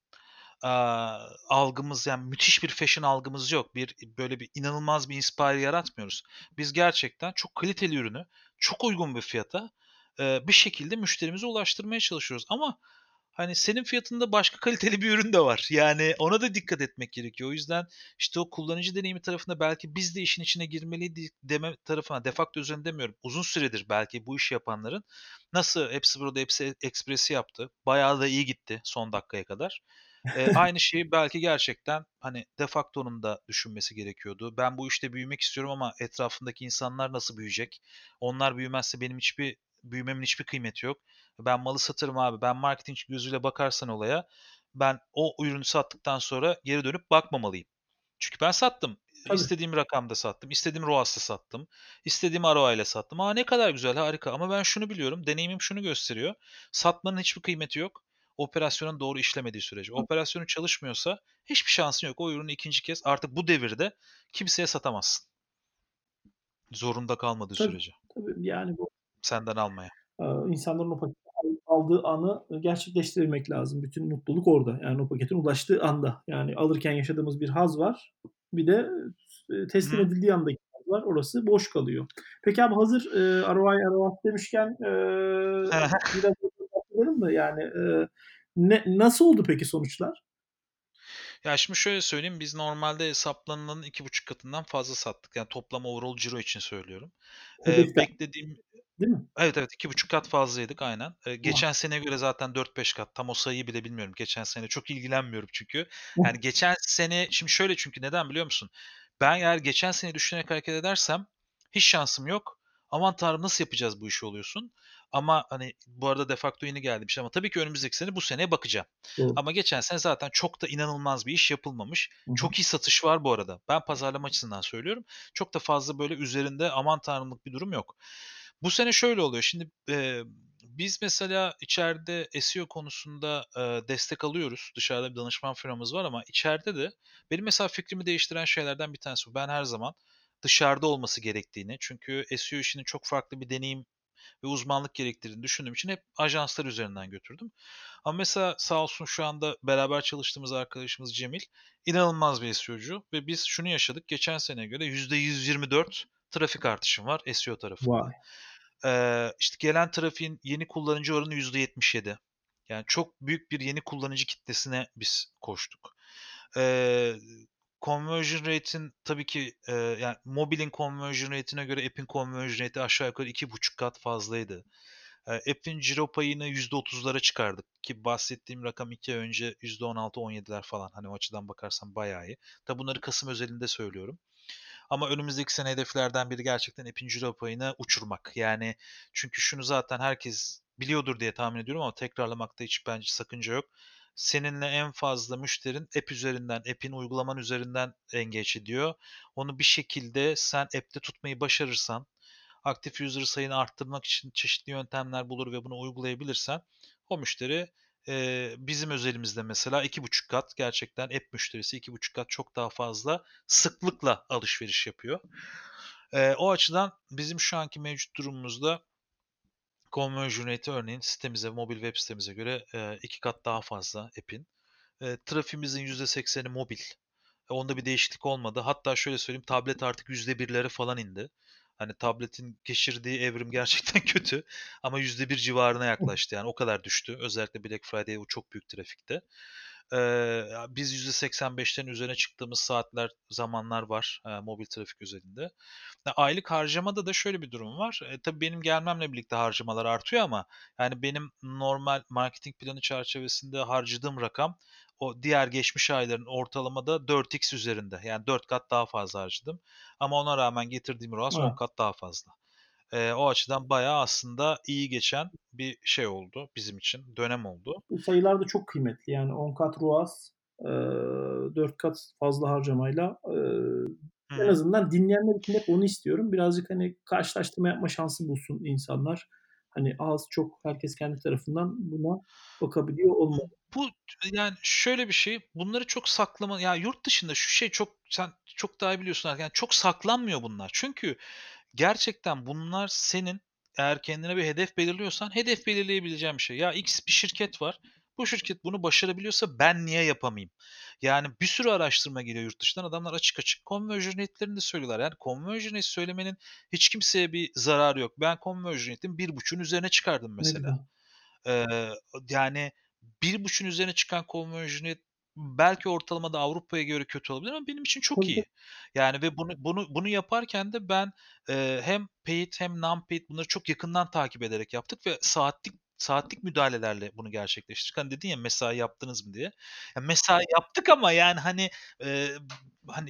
aaa, algımız, yani müthiş bir fashion algımız yok. Bir böyle bir inanılmaz bir inspire yaratmıyoruz. Biz gerçekten çok kaliteli ürünü çok uygun bir fiyata, eee, bir şekilde müşterimize ulaştırmaya çalışıyoruz ama hani, senin fiyatında başka kaliteli bir ürün de var. Yani, ona da dikkat etmek gerekiyor. O yüzden, işte, o kullanıcı deneyimi tarafında belki biz de işin içine girmeliydik deme tarafına, de facto üzerine demiyorum. Uzun süredir belki bu işi yapanların nasıl Hepsi Burada Hepsi Ekspres'i yaptı. Bayağı da iyi gitti son dakikaya kadar. Eee, aynı şeyi belki gerçekten, hani, de facto'nun da düşünmesi gerekiyordu. Ben bu işte büyümek istiyorum ama etrafımdaki insanlar nasıl büyüyecek? Onlar büyümezse benim hiçbir büyümemin hiçbir kıymeti yok. Ben malı satarım abi. Ben marketing gözüyle bakarsan olaya, ben o ürünü sattıktan sonra geri dönüp bakmamalıyım. Çünkü ben sattım. Tabii. İstediğim rakamda sattım, istediğim R O As'ta sattım, istediğim R O I ile sattım. A, ne kadar güzel, harika ama ben şunu biliyorum, deneyimim şunu gösteriyor: satmanın hiçbir kıymeti yok, operasyonun doğru işlemediği sürece. Operasyonun çalışmıyorsa hiçbir şansın yok. O ürünü ikinci kez artık bu devirde kimseye satamazsın. Zorunda kalmadığı Tabii, sürece. tabii. Yani bu Senden almaya. Aaa, insanların o paketi al aldığı anı, ııı, gerçekleştirmek lazım. Bütün mutluluk orada. Yani o paketin ulaştığı anda. Yani alırken yaşadığımız bir haz var. Bir de, eee, Hı teslim hı. edildiği andaki haz var. Orası boş kalıyor. Peki abi hazır, eee, R O I, R O A S demişken, eee, Hı hı. biraz bahsedelim mi? Yani, eee, ne nasıl oldu peki sonuçlar? Ya, şimdi şöyle söyleyeyim, biz normalde hesaplanılanın iki buçuk katından fazla sattık. Yani toplam overall ciro için söylüyorum. Eee, Hedeften, beklediğim değil mi? Evet, evet, iki buçuk kat fazlaydık aynen. Eee, Vay! geçen seneye göre zaten dört beş kat. Tam o sayıyı bile bilmiyorum. Geçen sene çok ilgilenmiyorum çünkü. Yani geçen sene şimdi şöyle çünkü neden biliyor musun? Ben eğer geçen seneyi düşünerek hareket edersem hiç şansım yok. Aman Tanrım nasıl yapacağız bu işi oluyorsun. Ama, hani, bu arada de facto yeni geldi bir şey ama tabii ki önümüzdeki sene bu seneye bakacağım. Doğru. Ama geçen sene zaten çok da inanılmaz bir iş yapılmamış. Hı hı. Çok iyi satış var bu arada. Ben pazarlama açısından söylüyorum. Çok da fazla böyle üzerinde aman tanrımlık bir durum yok. Bu sene şöyle oluyor. Şimdi, eee, biz mesela içeride S E O konusunda, eee, destek alıyoruz. Dışarıda bir danışman firmamız var ama içeride de benim mesela fikrimi değiştiren şeylerden bir tanesi bu. Ben her zaman dışarıda olması gerektiğini çünkü S E O işinin çok farklı bir deneyim ve uzmanlık gerektirdiğini düşündüğüm için hep ajanslar üzerinden götürdüm. Ama mesela sağ olsun şu anda beraber çalıştığımız arkadaşımız Cemil inanılmaz bir S E O'cu ve biz şunu yaşadık. Geçen seneye göre yüzde yüz yirmi dört trafik artışım var S E O tarafında. Vay! Eee, işte, gelen trafiğin yeni kullanıcı oranı yüzde yetmiş yedi. Yani çok büyük bir yeni kullanıcı kitlesine biz koştuk. Eee, conversion rate'in tabii ki, eee, yani mobilin conversion rate'ine göre app'in conversion rate'i aşağı yukarı iki buçuk kat fazlaydı. Eee, app'in ciro payını yüzde otuzlara çıkardık ki bahsettiğim rakam iki ay önce yüzde on altı on yediler falan. Hani o açıdan bakarsan bayağı iyi. Tabii bunları Kasım özelinde söylüyorum. Ama önümüzdeki sene hedeflerden biri gerçekten app'in ciro payını uçurmak. Yani çünkü şunu zaten herkes biliyordur diye tahmin ediyorum ama tekrarlamakta hiç bence sakınca yok. Seninle en fazla müşterin app üzerinden, app'in, uygulaman üzerinden engage ediyor. Onu bir şekilde sen app'te tutmayı başarırsan, aktif user sayını arttırmak için çeşitli yöntemler bulur ve bunu uygulayabilirsen o müşteri, eee, bizim özelimizde mesela iki buçuk kat gerçekten app müşterisi iki buçuk kat çok daha fazla sıklıkla alışveriş yapıyor. Eee, o açıdan bizim şu anki mevcut durumumuzda conversion rate'i örneğin sitemize, mobil web sitemize göre, eee, iki kat daha fazla app'in. Eee, trafiğimizin yüzde sekseni mobil. E, onda bir değişiklik olmadı. Hatta şöyle söyleyeyim, tablet artık yüzde birlere falan indi. Hani tabletin geçirdiği evrim gerçekten kötü ama yüzde bir civarına yaklaştı. Yani o kadar düştü. Özellikle Black Friday'de o çok büyük trafikte. Eee, ya biz yüzde seksen beşlerin üzerine çıktığımız saatler, zamanlar var, eee, mobil trafik özelinde. Ya, aylık harcamada da şöyle bir durum var. Eee, tabii benim gelmemle birlikte harcamalar artıyor ama yani benim normal marketing planı çerçevesinde harcadığım rakam o diğer geçmiş ayların ortalamada dört x üzerinde. Yani dört kat daha fazla harcadım ama ona rağmen getirdiğim R O A S on Evet. kat daha fazla. Eee, o açıdan bayağı aslında iyi geçen bir şey oldu bizim için, dönem oldu. Bu sayılar da çok kıymetli. Yani on kat R O A S, eee, dört kat fazla harcamayla, eee, Hı en hı. azından dinleyenler için hep onu istiyorum. Birazcık, hani, karşılaştırma yapma şansı bulsun insanlar. Hani, az çok herkes kendi tarafından buna bakabiliyor olmalı. Bu yani şöyle bir şey, bunları çok saklama ya yurt dışında şu şey çok sen çok daha iyi biliyorsun yani çok saklanmıyor bunlar. Çünkü gerçekten bunlar senin eğer kendine bir hedef belirliyorsan hedef belirleyebileceğin bir şey. Ya X bir şirket var. Bu şirket bunu başarabiliyorsa ben niye yapamayayım? Yani bir sürü araştırma geliyor yurt dışından. Adamlar açık açık conversion rate'lerini de söylüyorlar. Yani conversion rate söylemenin hiç kimseye bir zararı yok. Ben conversion rate'in bir buçuğun üzerine çıkardım Ne mesela. güzel. Eee, yani bir buçuğun üzerine çıkan conversion rate belki ortalamada Avrupa'ya göre kötü olabilir ama benim için çok Tabii, tabii. iyi. Yani ve bunu bunu bunu yaparken de ben, eee, hem paid hem non-paid bunları çok yakından takip ederek yaptık ve saatlik saatlik müdahalelerle bunu gerçekleştirdik. Hani dedin ya mesai yaptınız mı diye. Ya mesai yaptık ama yani, hani, eee, hani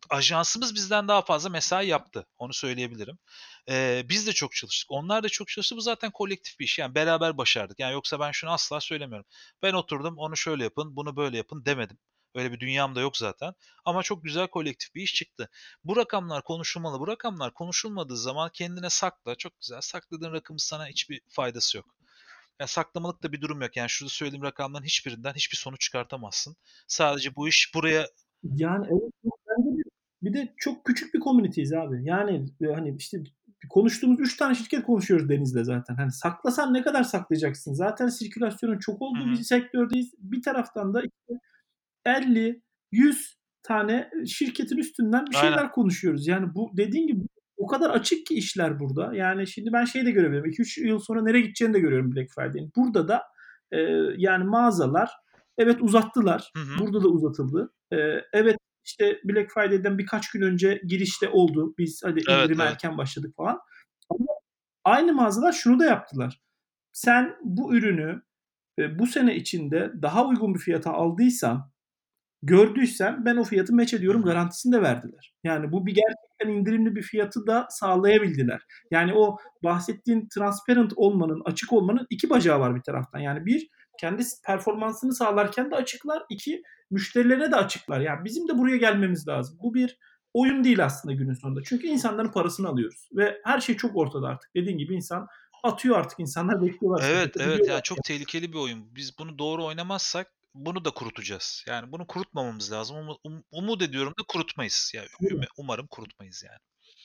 Ajansımız bizden daha fazla mesai yaptı. Onu söyleyebilirim. Eee, biz de çok çalıştık. Onlar da çok çalıştı. Bu zaten kolektif bir iş. Yani beraber başardık. Yani yoksa ben şunu asla söylemiyorum. Ben oturdum, onu şöyle yapın, bunu böyle yapın demedim. Öyle bir dünyam da yok zaten. Ama çok güzel kolektif bir iş çıktı. Bu rakamlar konuşulmalı. Bu rakamlar konuşulmadığı zaman kendine sakla. Çok güzel. Sakladığın rakamın sana hiçbir faydası yok. Ya, saklamalık da bir durum yok. Yani şurada söylediğim rakamların hiçbirinden hiçbir sonuç çıkartamazsın. Sadece bu iş buraya. Yani, evet, yok bence de bir de çok küçük bir komüniteyiz abi. Yani, eee, hani, işte, konuştuğumuz üç tane şirket konuşuyoruz Deniz'le zaten. Hani, saklasan ne kadar saklayacaksın? Zaten sirkülasyonun çok Hı olduğu bir hı. sektördeyiz. Bir taraftan da işte elli yüz tane, eee, şirketin üstünden bir Aynen. şeyler konuşuyoruz. Yani, bu dediğin gibi o kadar açık ki işler burada. Yani, şimdi ben şeyi de görebiliyorum. iki üç yıl sonra nereye gideceğini de görüyorum Black Friday'in. Burada da, eee, yani mağazalar evet uzattılar. Hı hı. Burada da uzatıldı. Eee, evet, işte Black Friday'den birkaç gün önce girişte oldu. Biz hadi Evet, indirime evet. erken başladık falan. Ama aynı mağazalar şunu da yaptılar. Sen bu ürünü, eee, bu sene içinde daha uygun bir fiyata aldıysan, gördüysen ben o fiyatı match Hı ediyorum hı. garantisini de verdiler. Yani bu bir gerçekten indirimli bir fiyatı da sağlayabildiler. Yani o bahsettiğin transparent olmanın, açık olmanın iki bacağı var bir taraftan. Yani bir kendi s performansını sağlarken de açıklar. iki müşterilerine de açıklar. Yani bizim de buraya gelmemiz lazım. Bu bir oyun değil aslında günün sonunda. Çünkü insanların parasını alıyoruz ve her şey çok ortada artık. Dediğin gibi insan atıyor artık insanlar bekliyorlar Evet, sepete evet, yani gidiyorlar. çok tehlikeli bir oyun. Biz bunu doğru oynamazsak bunu da kurutacağız. Yani bunu kurutmamamız lazım. Umu um umut ediyorum da kurutmayız. Ya, üme umarım kurutmayız yani.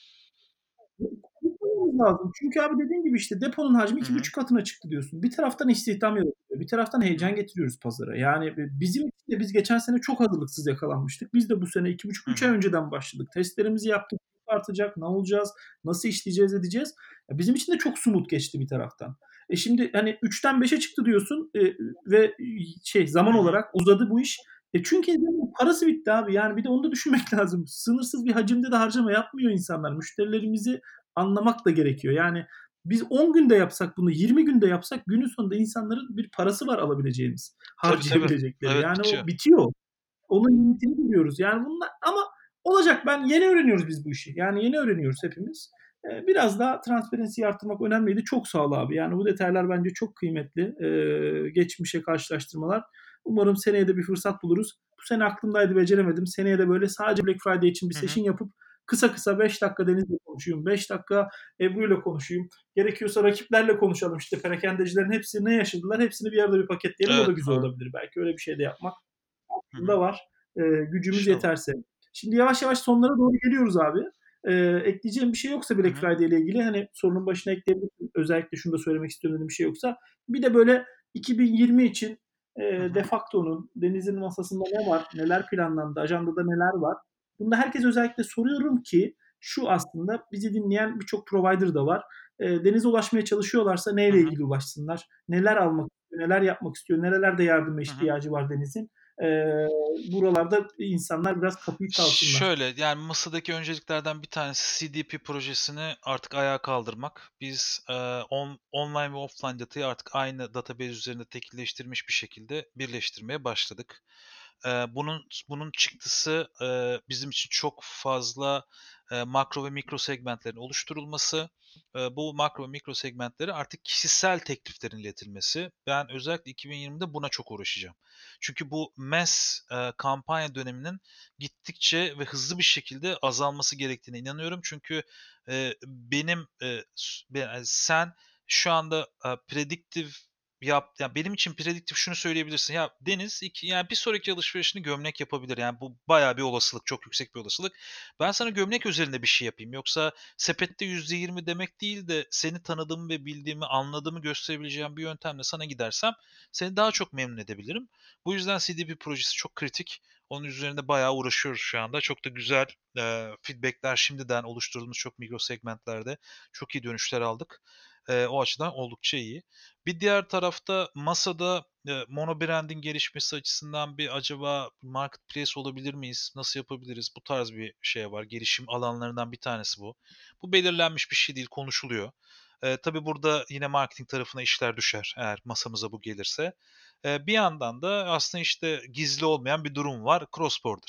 Kurtulmamız lazım. Çünkü abi dediğin gibi işte deponun hacmi Hı iki hı. buçuk katına çıktı diyorsun. Bir taraftan istihdam yaratılıyor. Bir taraftan Hı hı. heyecan getiriyoruz pazara. Yani e, bizim için de biz geçen sene çok hazırlıksız yakalanmıştık. Biz de bu sene iki buçuk Hı üç ay hı. önceden başladık. Testlerimizi yaptık. Artacak, ne olacağız, nasıl işleyeceğiz, edeceğiz. Ya bizim için de çok smooth geçti bir taraftan. E şimdi hani üçten beşe çıktı diyorsun, eee, ve şey zaman Hı hı. olarak uzadı bu iş. E çünkü insanların parası bitti abi. Yani bir de onu da düşünmek lazım. Sınırsız bir hacimde de harcama yapmıyor insanlar. Müşterilerimizi anlamak da gerekiyor. Yani biz on günde yapsak bunu, yirmi günde yapsak günün sonunda insanların bir parası var alabileceğimiz, Tabii, tabii. harcayabilecekleri. Evet, Yani bitiyor. o bitiyor. Onun limitini görüyoruz. Yani bunlar ama olacak. Ben yeni öğreniyoruz biz bu işi. Yani yeni öğreniyoruz hepimiz. Eee, biraz daha transparency'yi arttırmak önemliydi. Çok sağ ol abi. Yani bu detaylar bence çok kıymetli. Eee, geçmişe karşılaştırmalar. Umarım seneye de bir fırsat buluruz. Bu sene aklımdaydı beceremedim. Seneye de böyle sadece Black Friday için bir Hı hı. session yapıp kısa kısa beş dakika Deniz'le konuşayım, beş dakika Ebru'yla konuşayım. Gerekiyorsa rakiplerle konuşalım. İşte perakendecilerin hepsi ne yaşadılar hepsini bir arada bir paketleyelim. O Evet, da güzel evet. olabilir. Belki öyle bir şey de yapmak Hı da hı. var. Eee, gücümüz İnşallah. yeterse. Şimdi yavaş yavaş sonlara doğru geliyoruz abi. Eee, ekleyeceğim bir şey yoksa Hı Black hı. Friday ile ilgili hani sorunun başına ekleyebilirsin. Özellikle şunu da söylemek istiyorum dediğin bir şey yoksa. Bir de böyle iki bin yirmi için Hı eee hı. Defacto'nun, Deniz'in masasında ne var, neler planlandı, ajandada neler var? Bunu da herkese özellikle soruyorum ki şu aslında bizi dinleyen birçok provider da var. Eee, Deniz'e ulaşmaya çalışıyorlarsa Hı neyle hı. ilgili ulaşsınlar? Neler almak istiyor, neler yapmak istiyor, nerelerde yardıma Hı hı. ihtiyacı var Deniz'in? Eee, buralarda insanlar biraz kapıyı çalsınlar. Şöyle, yani, masadaki önceliklerden bir tanesi C D P projesini artık ayağa kaldırmak. Biz, eee, on online ve offline datayı artık aynı database üzerinde tekilleştirmiş bir şekilde birleştirmeye başladık. Eee, bunun bunun çıktısı, eee, bizim için çok fazla, eee, makro ve mikro segmentlerin oluşturulması. Eee, bu makro ve mikro segmentlere artık kişisel tekliflerin iletilmesi. Ben özellikle iki bin yirmide buna çok uğraşacağım. Çünkü bu mass, eee, kampanya döneminin gittikçe ve hızlı bir şekilde azalması gerektiğine inanıyorum. Çünkü, eee, benim, eee, s be eee, sen şu anda, aaa, predictive yap ya, benim için predictive şunu söyleyebilirsin: "Ya, Deniz iki yani, bir sonraki alışverişini gömlek yapabilir." Yani, bu bayağı bir olasılık, çok yüksek bir olasılık. Ben sana gömlek özelinde bir şey yapayım. Yoksa sepette yüzde yirmi demek değil de seni tanıdığımı ve bildiğimi, anladığımı gösterebileceğim bir yöntemle sana gidersem seni daha çok memnun edebilirim. Bu yüzden C D P projesi çok kritik. Onun üzerinde bayağı uğraşıyoruz şu anda. Çok da güzel, eee, feedback'ler şimdiden oluşturduğumuz çok mikro segmentlerde çok iyi dönüşler aldık. Eee, o açıdan oldukça iyi. Bir diğer tarafta masada, eee, mono brand'in gelişmesi açısından bir acaba marketplace olabilir miyiz? Nasıl yapabiliriz? Bu tarz bir şey var. Gelişim alanlarından bir tanesi bu. Bu belirlenmiş bir şey değil, konuşuluyor. Eee, tabii burada yine marketing tarafına işler düşer eğer masamıza bu gelirse. Eee, bir yandan da aslında, işte, gizli olmayan bir durum var, cross border.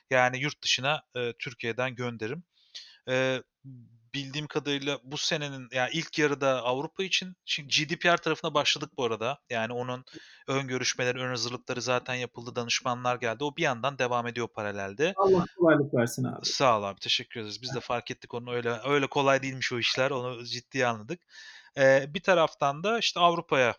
Yani yurt dışına, eee, Türkiye'den gönderirim. Eee, bildiğim kadarıyla bu senenin ya, ilk yarıda Avrupa için şimdi G D P R tarafına başladık bu arada. Yani onun ön görüşmeleri, ön hazırlıkları zaten yapıldı, danışmanlar geldi. O bir yandan devam ediyor paralelde. Allah kolaylık versin abi. Sağ ol abi, teşekkür ederiz. Biz de fark ettik onu öyle öyle kolay değilmiş o işler. Onu ciddiye anladık. Eee, bir taraftan da, işte, Avrupa'ya,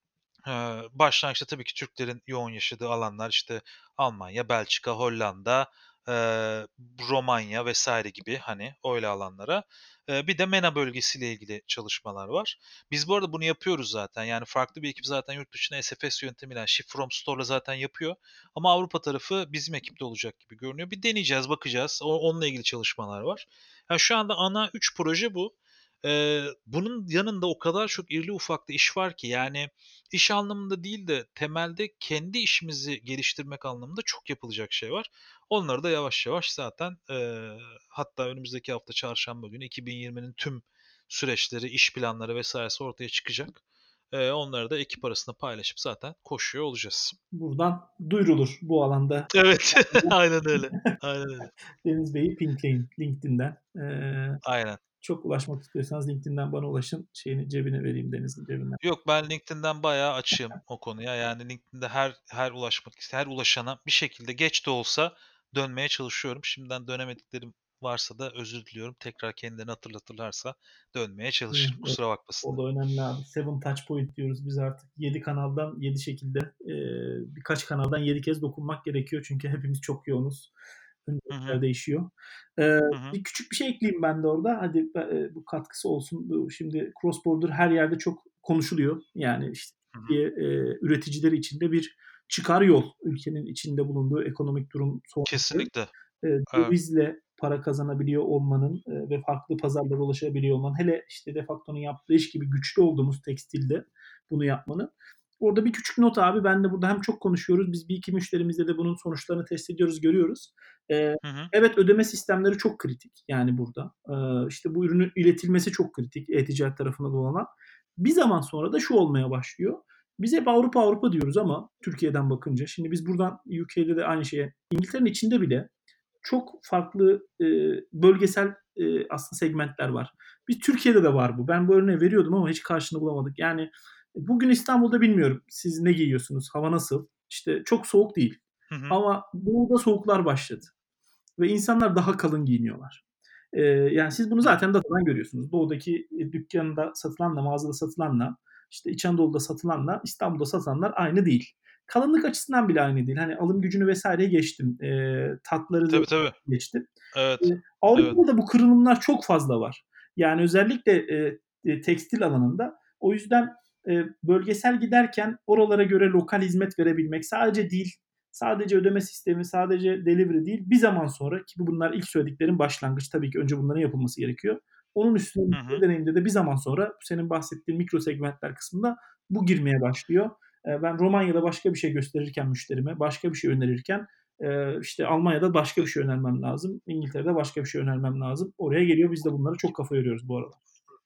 eee, başlangıçta tabii ki Türklerin yoğun yaşadığı alanlar, işte, Almanya, Belçika, Hollanda, eee, Romanya vesaire gibi, hani, öyle alanlara. Eee, bir de MENA bölgesiyle ilgili çalışmalar var. Biz bu arada bunu yapıyoruz zaten. Yani farklı bir ekip zaten yurt dışına S F S yöntemiyle, yani Ship from Store'la zaten yapıyor ama Avrupa tarafı bizim ekipte olacak gibi görünüyor. Bir deneyeceğiz, bakacağız. O onunla ilgili çalışmalar var. Ya, şu anda ana üç proje bu. Eee, bunun yanında o kadar çok irili ufaklı iş var ki, yani, İş anlamında değil de temelde kendi işimizi geliştirmek anlamında çok yapılacak şey var. Onları da yavaş yavaş zaten, eee, hatta önümüzdeki hafta çarşamba günü iki bin yirminin tüm süreçleri, iş planları vesairesi ortaya çıkacak. Eee, onları da ekip arasında paylaşıp zaten koşuyor olacağız. Buradan duyurulur bu alanda. Evet, aynen öyle. Aynen öyle. Deniz Bey'i pinkleyin LinkedIn'den. Eee, Aynen. çok ulaşmak istiyorsanız LinkedIn'den bana ulaşın. Şeyini cebine vereyim, Deniz'in cebinden. Yok, ben LinkedIn'den bayağı açığım o konuya. Yani LinkedIn'de her her ulaşmak her ulaşana bir şekilde geç de olsa dönmeye çalışıyorum. Şimdiden dönemediklerim varsa da özür diliyorum. Tekrar kendilerini hatırlatırlarsa dönmeye Hıh, çalışırım. evet. Kusura O bakmasınlar. da önemli abi. Seven touch point diyoruz biz artık. yedi kanaldan yedi şekilde, eee, birkaç kanaldan yedi kez dokunmak gerekiyor. Çünkü hepimiz çok yoğunuz. Hı hı. Öncelikler değişiyor. Eee, Hı hı. bir küçük bir şey ekleyeyim ben de orada. Hadi be eee, bu katkısı olsun. Bu şimdi cross border her yerde çok konuşuluyor. Yani, işte, Hı hı. Türkiye, eee, üreticileri için de bir çıkar yol. Ülkenin içinde bulunduğu ekonomik durum sonrası. Kesinlikle. Eee, Evet. dövizle para kazanabiliyor olmanın, eee, ve farklı pazarlara ulaşabiliyor olmanın, hele, işte, Defacto'nun yaptığı iş gibi güçlü olduğumuz tekstilde bunu yapmanın. Orada bir küçük not abi, ben de burada hem çok konuşuyoruz, biz bir iki müşterimizde de bunun sonuçlarını test ediyoruz, görüyoruz. Eee, Hı hı. evet, ödeme sistemleri çok kritik yani burada. Eee, işte, bu ürünün iletilmesi çok kritik e-ticaret tarafına dolanan. Bir zaman sonra da şu olmaya başlıyor. Biz hep Avrupa, Avrupa diyoruz ama Türkiye'den bakınca, şimdi biz buradan U K'de de aynı şeye, İngiltere'nin içinde bile çok farklı, eee, bölgesel, eee, aslında segmentler var. Biz Türkiye'de de var bu. Ben bu örneği veriyordum ama hiç karşılığını bulamadık. Yani bugün İstanbul'da bilmiyorum siz ne giyiyorsunuz? Hava nasıl? İşte çok soğuk değil Hı hı. ama doğuda soğuklar başladı ve insanlar daha kalın giyiniyorlar. Eee, yani siz bunu Hı hı. zaten datadan görüyorsunuz. Doğudaki, eee, dükkânda satılanla, mağazada satılanla, işte İç Anadolu'da satılanla İstanbul'da satılanlar aynı değil. Kalınlık açısından bile aynı değil. Hani alım gücünü vesaireyi geçtim. Eee, tatları da Tabii, tabii. geçtim. Evet. Eee, Evet. Avrupa'da da bu kırılımlar çok fazla var. Yani özellikle, eee, eee, tekstil alanında. O yüzden, eee, bölgesel giderken oralara göre lokal hizmet verebilmek sadece dil, sadece ödeme sistemi, sadece delivery değil, bir zaman sonra ki bunlar ilk söylediklerim başlangıç. Tabii ki önce bunların yapılması gerekiyor. Onun üstüne Hı müşteri hı. deneyiminde de bir zaman sonra senin bahsettiğin mikro segmentler kısmında bu girmeye başlıyor. Eee, ben Romanya'da başka bir şey gösterirken müşterime, başka bir şey önerirken, eee, işte Almanya'da başka bir şey önermem lazım. İngiltere'de başka bir şey önermem lazım. Oraya geliyor. Biz de bunlara çok kafa yoruyoruz bu aralar.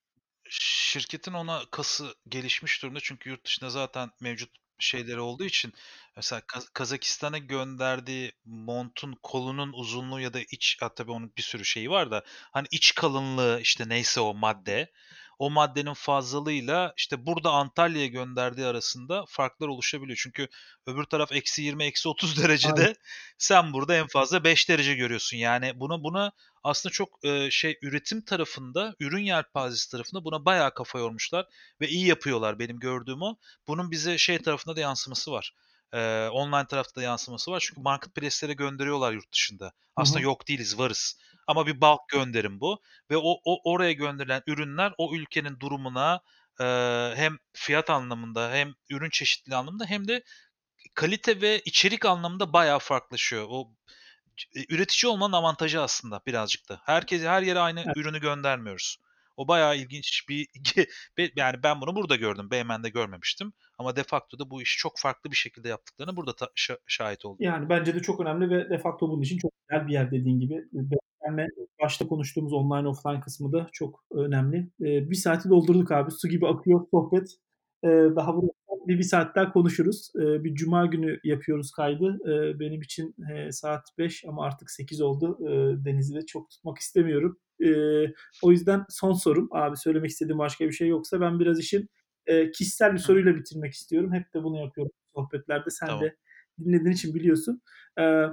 Şirketin ona kası gelişmiş durumda çünkü yurt dışında zaten mevcut şeyleri olduğu için mesela Kaz Kazakistan'a gönderdiği montun kolunun uzunluğu ya da iç ha, tabii onun bir sürü şeyi var da, hani, iç kalınlığı, işte, neyse o madde, o maddenin fazlalığıyla, işte, burada Antalya'ya gönderdiği arasında farklar oluşabiliyor. Çünkü öbür taraf eksi yirmi eksi otuz Aynen. derecede, sen burada en fazla beş derece görüyorsun. Yani buna buna aslında çok, eee, şey, üretim tarafında, ürün yelpazesi tarafında buna bayağı kafa yormuşlar ve iyi yapıyorlar benim gördüğüm o. Bunun bize şey tarafında da yansıması var, eee, online tarafta da yansıması var. Çünkü marketplace'lere gönderiyorlar yurt dışında. Hı Aslında hı. yok değiliz, varız ama bir bulk gönderim bu ve o o oraya gönderilen ürünler o ülkenin durumuna, eee, hem fiyat anlamında hem ürün çeşitliliği anlamında hem de kalite ve içerik anlamında bayağı farklılaşıyor. O ç eee, üretici olmanın avantajı aslında birazcık da. Herkese her yere aynı Evet. ürünü göndermiyoruz. O bayağı ilginç bir be yani ben bunu burada gördüm. Beymen'de görmemiştim ama Defacto'da bu işi çok farklı bir şekilde yaptıklarına burada ta şa şahit oldum. Yani bence de çok önemli ve Defacto bunun için çok güzel bir yer dediğin gibi. Beslenme, başta konuştuğumuz online offline kısmı da çok önemli. Eee, bir saati doldurduk abi. Su gibi akıyor sohbet. Eee, daha burası bir bir saat daha konuşuruz. Eee, bir cuma günü yapıyoruz kaydı. Eee, benim için, eee, saat beş ama artık sekiz oldu. Eee, Deniz'i de çok tutmak istemiyorum. Eee, o yüzden son sorum, abi söylemek istediğin başka bir şey yoksa ben biraz işin, eee, kişisel bir Hı hı. soruyla bitirmek istiyorum. Hep de bunu yapıyorum sohbetlerde. Sen Tamam. de dinlediğin için biliyorsun. Eee,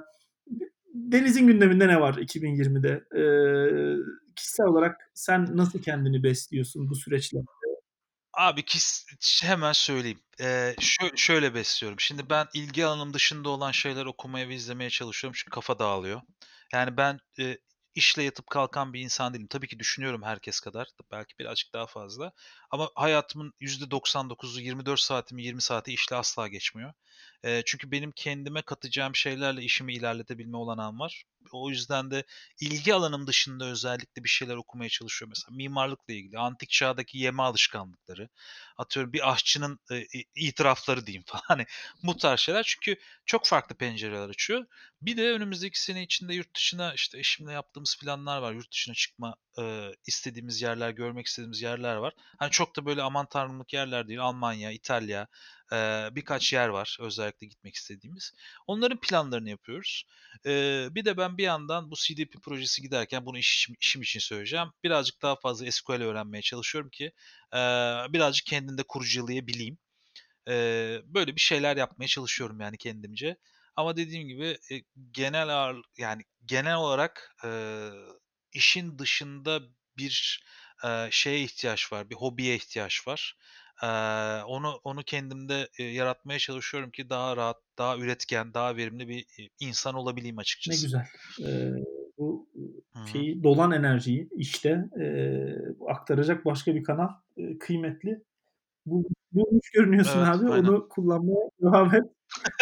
Deniz'in gündeminde ne var iki bin yirmide? Eee, kişisel olarak sen nasıl kendini besliyorsun bu süreçlerde? Abi kis ş hemen söyleyeyim. Eee, şö şöyle besliyorum. Şimdi ben ilgi alanım dışında olan şeyler okumaya ve izlemeye çalışıyorum çünkü kafa dağılıyor. Yani ben, eee, işle yatıp kalkan bir insan değilim. Tabii ki düşünüyorum herkes kadar, belki birazcık daha fazla ama hayatımın yüzde doksan dokuzu yirmi dört saatimi, yirmi saati işle asla geçmiyor. Eee, çünkü benim kendime katacağım şeylerle işimi ilerletebilme olanağım var. O yüzden de ilgi alanım dışında özellikle bir şeyler okumaya çalışıyorum. Mesela mimarlıkla ilgili, antik çağdaki yeme alışkanlıkları, atıyorum bir aşçının, eee, i itirafları diyeyim falan, hani, bu tarz şeyler çünkü çok farklı pencereler açıyor. Bir de önümüzdeki sene içinde yurt dışına, işte, eşimle yaptığımız planlar var. Yurt dışına çıkma, eee, istediğimiz yerler, görmek istediğimiz yerler var. Hani, çok da böyle aman tanrımlık yerler değil. Almanya, İtalya, eee, birkaç yer var özellikle gitmek istediğimiz. Onların planlarını yapıyoruz. Eee, bir de ben bir yandan bu C D P projesi giderken bunu iş işim için söyleyeceğim. Birazcık daha fazla S Q L öğrenmeye çalışıyorum ki, eee, birazcık kendimde kurcalayabileyim. Eee, böyle bir şeyler yapmaya çalışıyorum yani kendimce. Ama dediğim gibi, eee, genel ağırl yani genel olarak, eee, işin dışında bir, eee, şeye ihtiyaç var, bir hobiye ihtiyaç var. Eee, onu onu kendimde, eee, yaratmaya çalışıyorum ki daha rahat, daha üretken, daha verimli bir, iii, insan olabileyim Ne açıkçası. güzel. Eee, bu, Hı hı. şeyi, dolan enerjiyi işte, eee, aktaracak başka bir kanal, eee, kıymetli. Bul bulmuş görünüyorsun Evet, abi. aynen. Onu kullanmaya devam et.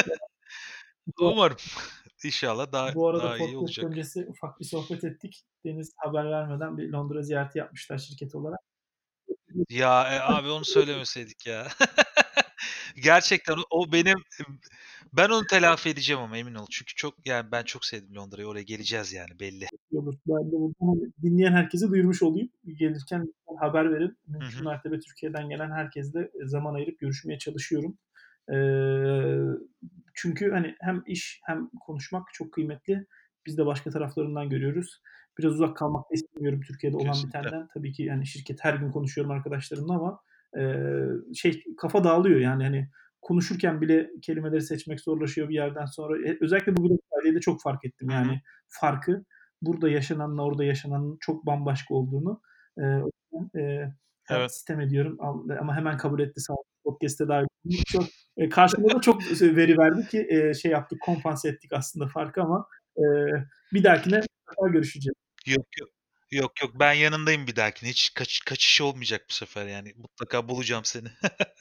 Bu Umarım. İnşallah daha bu arada daha iyi podcast olacak. öncesi ufak bir sohbet ettik. Deniz haber vermeden bir Londra ziyareti yapmışlar şirket olarak. Ya, eee, abi onu söylemeseydik ya. Gerçekten o o benim ben onu telafi edeceğim ama emin ol. Çünkü çok yani ben çok sevdim Londra'yı. Oraya geleceğiz yani belli. Çok iyi olur. Ben de buradan hani dinleyen herkese duyurmuş olayım. Gelirken lütfen haber verin. Hı Mümkün hı. mertebe Türkiye'den gelen herkesle, eee, zaman ayırıp görüşmeye çalışıyorum. Eee, çünkü, hani, hem iş hem konuşmak çok kıymetli. Biz de başka taraflarından görüyoruz. Biraz uzak kalmak da istemiyorum Türkiye'de olan Kesinlikle. bitenden. Tabii ki, yani, şirket her gün konuşuyorum arkadaşlarımla ama, eee, şey, kafa dağılıyor. Yani, hani, konuşurken bile kelimeleri seçmek zorlaşıyor bir yerden sonra. E özellikle bu Black Friday'de çok fark ettim, Hı hı. yani, farkı. Burada yaşananla orada yaşananın çok bambaşka olduğunu. Eee, o yüzden, eee, evet, Evet. sitem ediyorum al ama hemen kabul etti sağ olsun. Podcast'e dâhil oldu. Çok, eee, karşılığında da çok z veri verdi ki, eee, şey yaptık, kompanse ettik aslında farkı ama, eee, bir dahakine mutlaka görüşeceğiz. Yok, yok. Yok, yok. Ben yanındayım bir dahakine. Hiç kaç kaçış olmayacak bu sefer yani. Mutlaka bulacağım seni.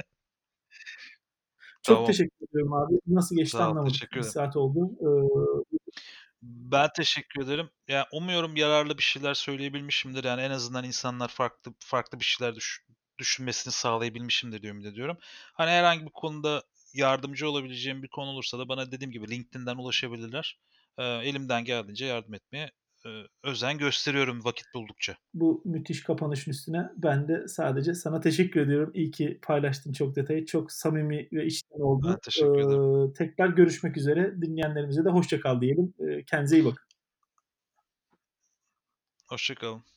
Çok Tamam. teşekkür ediyorum abi. Nasıl geçti Sağ ol, anlamadık. teşekkür bir ederim. saat oldu. Eee Ben teşekkür ederim. Ya, umuyorum yararlı bir şeyler söyleyebilmişimdir. Yani en azından insanlar farklı farklı bir şeyler düş düşünmesini sağlayabilmişimdir diye ümit ediyorum. Hani herhangi bir konuda yardımcı olabileceğim bir konu olursa da bana dediğim gibi LinkedIn'den ulaşabilirler. Eee, elimden geldiğince yardım etmeye, eee, özen gösteriyorum vakit buldukça. Bu müthiş kapanışın üstüne ben de sadece sana teşekkür ediyorum. İyi ki paylaştın çok detayı. Çok samimi ve içten oldu. Ben teşekkür ederim. Eee, tekrar görüşmek üzere. Dinleyenlerimize de hoşça kal diyelim. Eee, kendinize iyi bakın. Hoşça kalın.